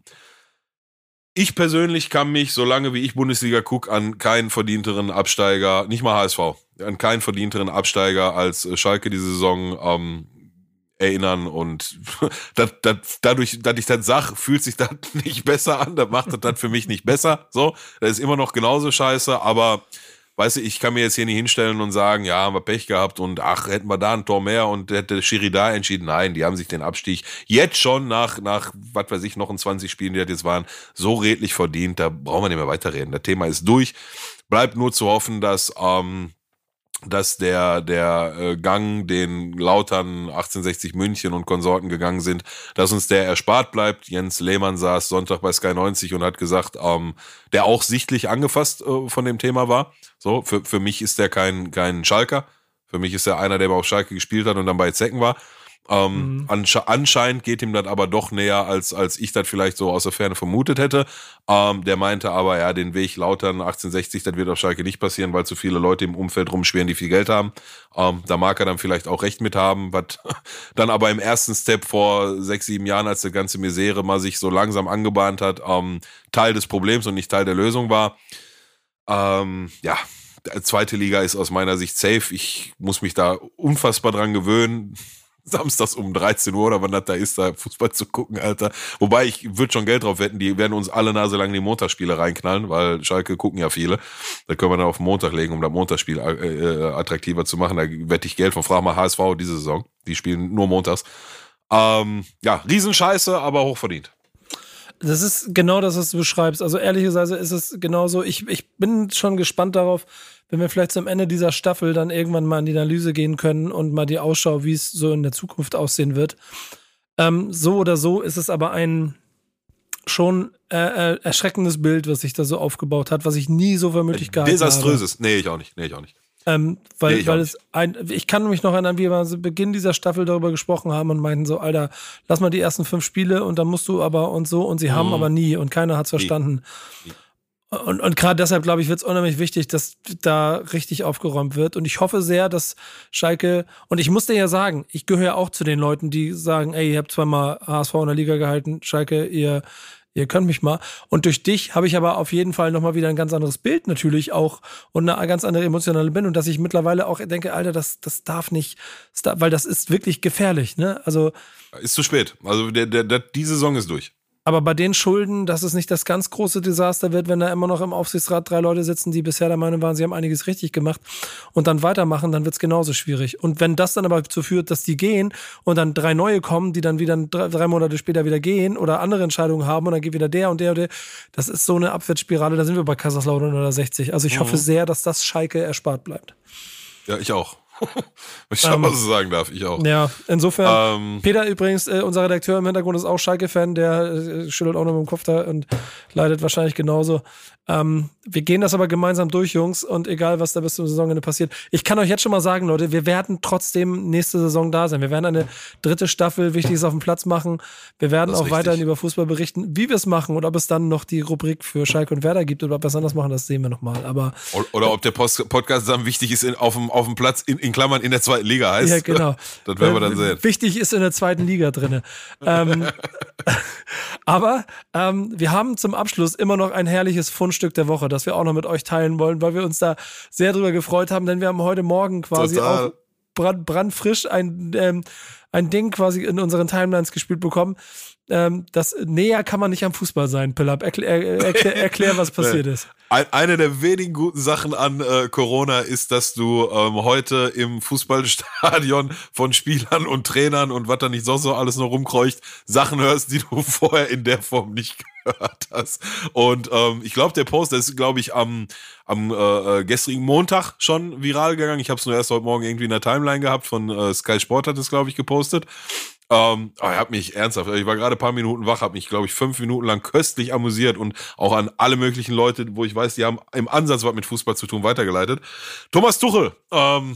Ich persönlich kann mich, solange wie ich Bundesliga gucke, an keinen verdienteren Absteiger, nicht mal H S V, an keinen verdienteren Absteiger als Schalke diese Saison ähm, erinnern. Und dat, dat, dadurch, dass ich das sage, fühlt sich das nicht besser an. Das macht das für mich nicht besser. So, das ist immer noch genauso scheiße, aber weißt du, ich kann mir jetzt hier nicht hinstellen und sagen, ja, haben wir Pech gehabt und ach, hätten wir da ein Tor mehr und hätte Schiri da entschieden. Nein, die haben sich den Abstieg jetzt schon nach, nach was weiß ich, noch in zwanzig Spielen, die das jetzt waren, so redlich verdient, da brauchen wir nicht mehr weiterreden. Das Thema ist durch. Bleibt nur zu hoffen, dass, ähm, dass der, der äh, Gang, den Lautern, achtzehnhundertsechzig München und Konsorten gegangen sind, dass uns der erspart bleibt. Jens Lehmann saß Sonntag bei Sky neunzig und hat gesagt, ähm, der auch sichtlich angefasst äh, von dem Thema war. So, für, für mich ist der kein, kein Schalker. Für mich ist er einer, der auf Schalke gespielt hat und dann bei Zecken war. Ähm, mhm. ansche- anscheinend geht ihm das aber doch näher, als, als ich das vielleicht so aus der Ferne vermutet hätte. Ähm, der meinte aber, ja, den Weg Lautern achtzehnhundertsechzig, das wird auf Schalke nicht passieren, weil zu viele Leute im Umfeld rumschwirren, die viel Geld haben. Ähm, da mag er dann vielleicht auch recht mit haben, was dann aber im ersten Step vor sechs, sieben Jahren, als die ganze Misere mal sich so langsam angebahnt hat, ähm, Teil des Problems und nicht Teil der Lösung war. Ähm, ja, zweite Liga ist aus meiner Sicht safe. Ich muss mich da unfassbar dran gewöhnen, samstags um dreizehn Uhr oder wann das da ist, da Fußball zu gucken, Alter. Wobei, ich würde schon Geld drauf wetten, die werden uns alle Nase lang die Montagsspiele reinknallen, weil Schalke gucken ja viele. Da können wir dann auf den Montag legen, um das Montagsspiel äh, attraktiver zu machen. Da wette ich Geld von, frag mal H S V diese Saison. Die spielen nur montags. Ähm, ja, Riesenscheiße, aber hochverdient. Das ist genau das, was du beschreibst. Also ehrlicherweise ist es genauso. Ich, ich bin schon gespannt darauf, wenn wir vielleicht zum Ende dieser Staffel dann irgendwann mal in die Analyse gehen können und mal die Ausschau, wie es so in der Zukunft aussehen wird. Ähm, so oder so ist es aber ein schon äh, äh, erschreckendes Bild, was sich da so aufgebaut hat, was ich nie so für möglich gehalten habe. Desaströses. Nee, ich auch nicht. Nee, ich auch nicht. Ähm, weil, nee, weil es ein, ich kann mich noch erinnern, wie wir zu Beginn dieser Staffel darüber gesprochen haben und meinten so, Alter, lass mal die ersten fünf Spiele und dann musst du aber und so und sie mhm. haben aber nie und keiner hat's verstanden. Nie. Nie. Und, und gerade deshalb, glaube ich, wird es unheimlich wichtig, dass da richtig aufgeräumt wird. Und ich hoffe sehr, dass Schalke, und ich muss dir ja sagen, ich gehöre ja auch zu den Leuten, die sagen, ey, ihr habt zweimal H S V in der Liga gehalten, Schalke, ihr Ihr könnt mich mal. Und durch dich habe ich aber auf jeden Fall nochmal wieder ein ganz anderes Bild natürlich auch und eine ganz andere emotionale Bindung, dass ich mittlerweile auch denke, Alter, das, das darf nicht, das darf, weil das ist wirklich gefährlich, ne? Also. Ist zu spät. Also der, der, der, die Saison ist durch. Aber bei den Schulden, dass es nicht das ganz große Desaster wird, wenn da immer noch im Aufsichtsrat drei Leute sitzen, die bisher der Meinung waren, sie haben einiges richtig gemacht und dann weitermachen, dann wird es genauso schwierig. Und wenn das dann aber dazu führt, dass die gehen und dann drei neue kommen, die dann wieder drei, drei Monate später wieder gehen oder andere Entscheidungen haben und dann geht wieder der und der und der, das ist so eine Abwärtsspirale, da sind wir bei Kaiserslautern oder sechzig. Also ich mhm. hoffe sehr, dass das Schalke erspart bleibt. Ja, ich auch. Ich schau, ähm, was ich sagen darf, ich auch. Ja, insofern, ähm, Peter übrigens, äh, unser Redakteur im Hintergrund ist auch Schalke-Fan, der äh, schüttelt auch noch mit dem Kopf da und leidet wahrscheinlich genauso. Ähm, wir gehen das aber gemeinsam durch, Jungs, und egal, was da bis zum Saisonende passiert. Ich kann euch jetzt schon mal sagen, Leute, wir werden trotzdem nächste Saison da sein. Wir werden eine dritte Staffel Wichtiges auf dem Platz machen. Wir werden auch richtig. weiterhin über Fußball berichten. Wie wir es machen und ob es dann noch die Rubrik für Schalke und Werder gibt oder ob wir es anders machen, das sehen wir nochmal. Aber Oder ob der Post- Podcast dann wichtig ist in, auf, dem, auf dem Platz, in, in Klammern in der zweiten Liga heißt. Ja, genau. Das werden wir dann sehen. Wichtig ist in der zweiten Liga drin. ähm, aber ähm, wir haben zum Abschluss immer noch ein herrliches Fundstück der Woche, das wir auch noch mit euch teilen wollen, weil wir uns da sehr drüber gefreut haben, denn wir haben heute Morgen quasi Total. auch brand, brandfrisch ein, ähm, ein Ding quasi in unseren Timelines gespielt bekommen. Ähm, das näher kann man nicht am Fußball sein, Pillab. Erklär, erklär, erklär, was passiert ist. Eine der wenigen guten Sachen an äh, Corona ist, dass du ähm, heute im Fußballstadion von Spielern und Trainern und was da nicht so, so alles noch rumkreucht, Sachen hörst, die du vorher in der Form nicht gehört hast. Und ähm, ich glaube, der Post, der ist, glaube ich, am, am äh, gestrigen Montag schon viral gegangen. Ich habe es nur erst heute Morgen irgendwie in der Timeline gehabt, von äh, Sky Sport hat es, glaube ich, gepostet. Ähm, oh, ich habe mich ernsthaft, ich war gerade ein paar Minuten wach, habe mich, glaube ich, fünf Minuten lang köstlich amüsiert und auch an alle möglichen Leute, wo ich weiß, die haben im Ansatz was mit Fußball zu tun, weitergeleitet. Thomas Tuchel ähm,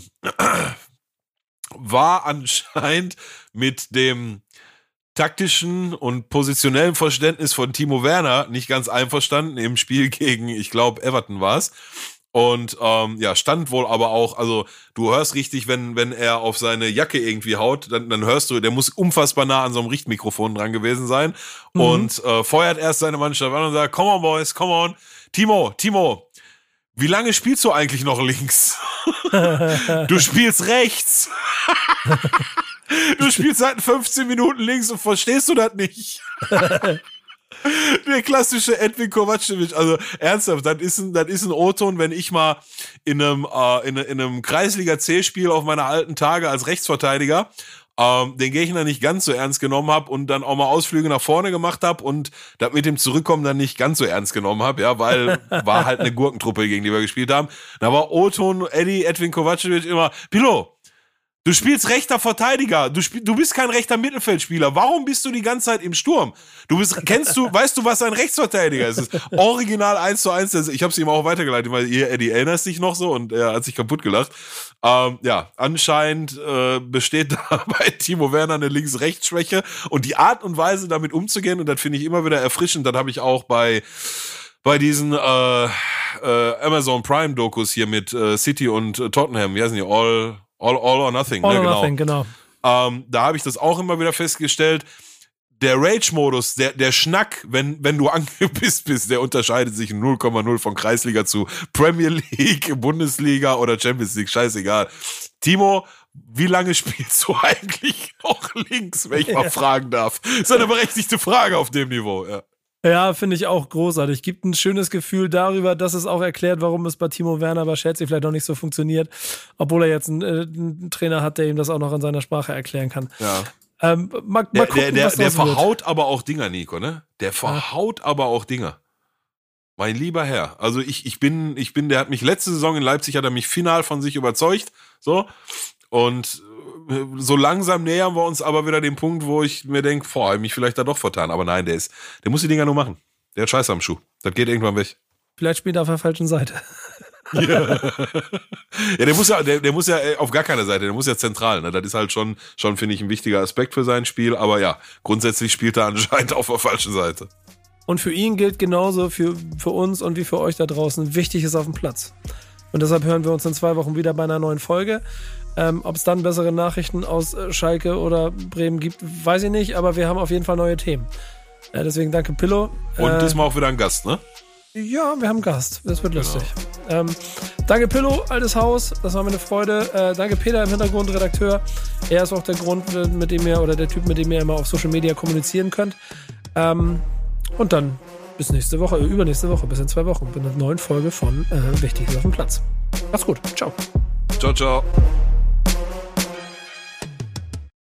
war anscheinend mit dem taktischen und positionellen Verständnis von Timo Werner nicht ganz einverstanden im Spiel gegen, ich glaube, Everton war es. Und ähm, ja, stand wohl aber auch, also du hörst richtig, wenn wenn er auf seine Jacke irgendwie haut, dann, dann hörst du, der muss unfassbar nah an so einem Richtmikrofon dran gewesen sein. Mhm. Und äh, feuert erst seine Mannschaft an und sagt, come on, Boys, come on. Timo, Timo, wie lange spielst du eigentlich noch links? Du spielst rechts. Du spielst seit fünfzehn Minuten links und verstehst du das nicht? Der klassische Edwin Kovacevic, also ernsthaft, das ist ein, das ist ein O-Ton, wenn ich mal in einem, äh, in, in einem Kreisliga-C-Spiel auf meine alten Tage als Rechtsverteidiger, ähm, den Gegner nicht ganz so ernst genommen habe und dann auch mal Ausflüge nach vorne gemacht habe und das mit dem Zurückkommen dann nicht ganz so ernst genommen habe, ja, weil war halt eine Gurkentruppe, gegen die wir gespielt haben. Da war O-Ton, Eddie, Edwin Kovacevic immer, Pilo, du spielst rechter Verteidiger. Du, spiel, du bist kein rechter Mittelfeldspieler. Warum bist du die ganze Zeit im Sturm? Du bist, kennst du, weißt du, was ein Rechtsverteidiger ist? Das ist original eins zu eins. Ich habe es ihm auch weitergeleitet, weil ihr, Eddie, erinnerst dich noch so und er hat sich kaputt gelacht. Ähm, ja, anscheinend äh, besteht da bei Timo Werner eine Links-Rechts-Schwäche und die Art und Weise, damit umzugehen, und das finde ich immer wieder erfrischend, das habe ich auch bei bei diesen äh, äh, Amazon Prime Dokus hier mit äh, City und äh, Tottenham, wie heißen die? All All, all or Nothing, all ne, or genau. Nothing, genau. Ähm, da habe ich das auch immer wieder festgestellt. Der Rage-Modus, der, der Schnack, wenn, wenn du angepisst bist, der unterscheidet sich null Komma null von Kreisliga zu Premier League, Bundesliga oder Champions League, scheißegal. Timo, wie lange spielst du eigentlich noch links, wenn ich mal fragen darf? Das ist eine berechtigte Frage auf dem Niveau, ja. Ja, finde ich auch großartig. Gibt ein schönes Gefühl darüber, dass es auch erklärt, warum es bei Timo Werner bei Chelsea vielleicht noch nicht so funktioniert, obwohl er jetzt einen, äh, einen Trainer hat, der ihm das auch noch in seiner Sprache erklären kann. Ja. Ähm, mal, mal der, gucken, der, der, was der draus wird. verhaut aber auch Dinger, Nico, ne? Der verhaut ja. aber auch Dinger. Mein lieber Herr. Also ich, ich bin, ich bin, der hat mich letzte Saison in Leipzig, hat er mich final von sich überzeugt. So. Und so langsam nähern wir uns aber wieder dem Punkt, wo ich mir denke, boah, hab ich mich vielleicht da doch vertan. Aber nein, der ist, der muss die Dinger nur machen. Der hat Scheiße am Schuh. Das geht irgendwann weg. Vielleicht spielt er auf der falschen Seite. Ja, ja der muss ja, der, der muss ja auf gar keiner Seite, der muss ja zentral. Ne? Das ist halt schon, schon finde ich, ein wichtiger Aspekt für sein Spiel. Aber ja, grundsätzlich spielt er anscheinend auf der falschen Seite. Und für ihn gilt genauso für, für uns und wie für euch da draußen, wichtig ist auf dem Platz. Und deshalb hören wir uns in zwei Wochen wieder bei einer neuen Folge. Ähm, ob es dann bessere Nachrichten aus Schalke oder Bremen gibt, weiß ich nicht. Aber wir haben auf jeden Fall neue Themen. Äh, deswegen danke, Pillow. Und äh, diesmal auch wieder ein Gast, ne? Ja, wir haben einen Gast. Das wird lustig. Genau. Ähm, danke, Pillow, altes Haus. Das war mir eine Freude. Äh, danke, Peter im Hintergrund, Redakteur. Er ist auch der Grund, mit dem ihr, oder der Typ, mit dem ihr immer auf Social Media kommunizieren könnt. Ähm, und dann bis nächste Woche, äh, übernächste Woche, bis in zwei Wochen, bei einer neuen Folge von äh, Wichtig ist auf dem Platz. Macht's gut. Ciao. Ciao, ciao.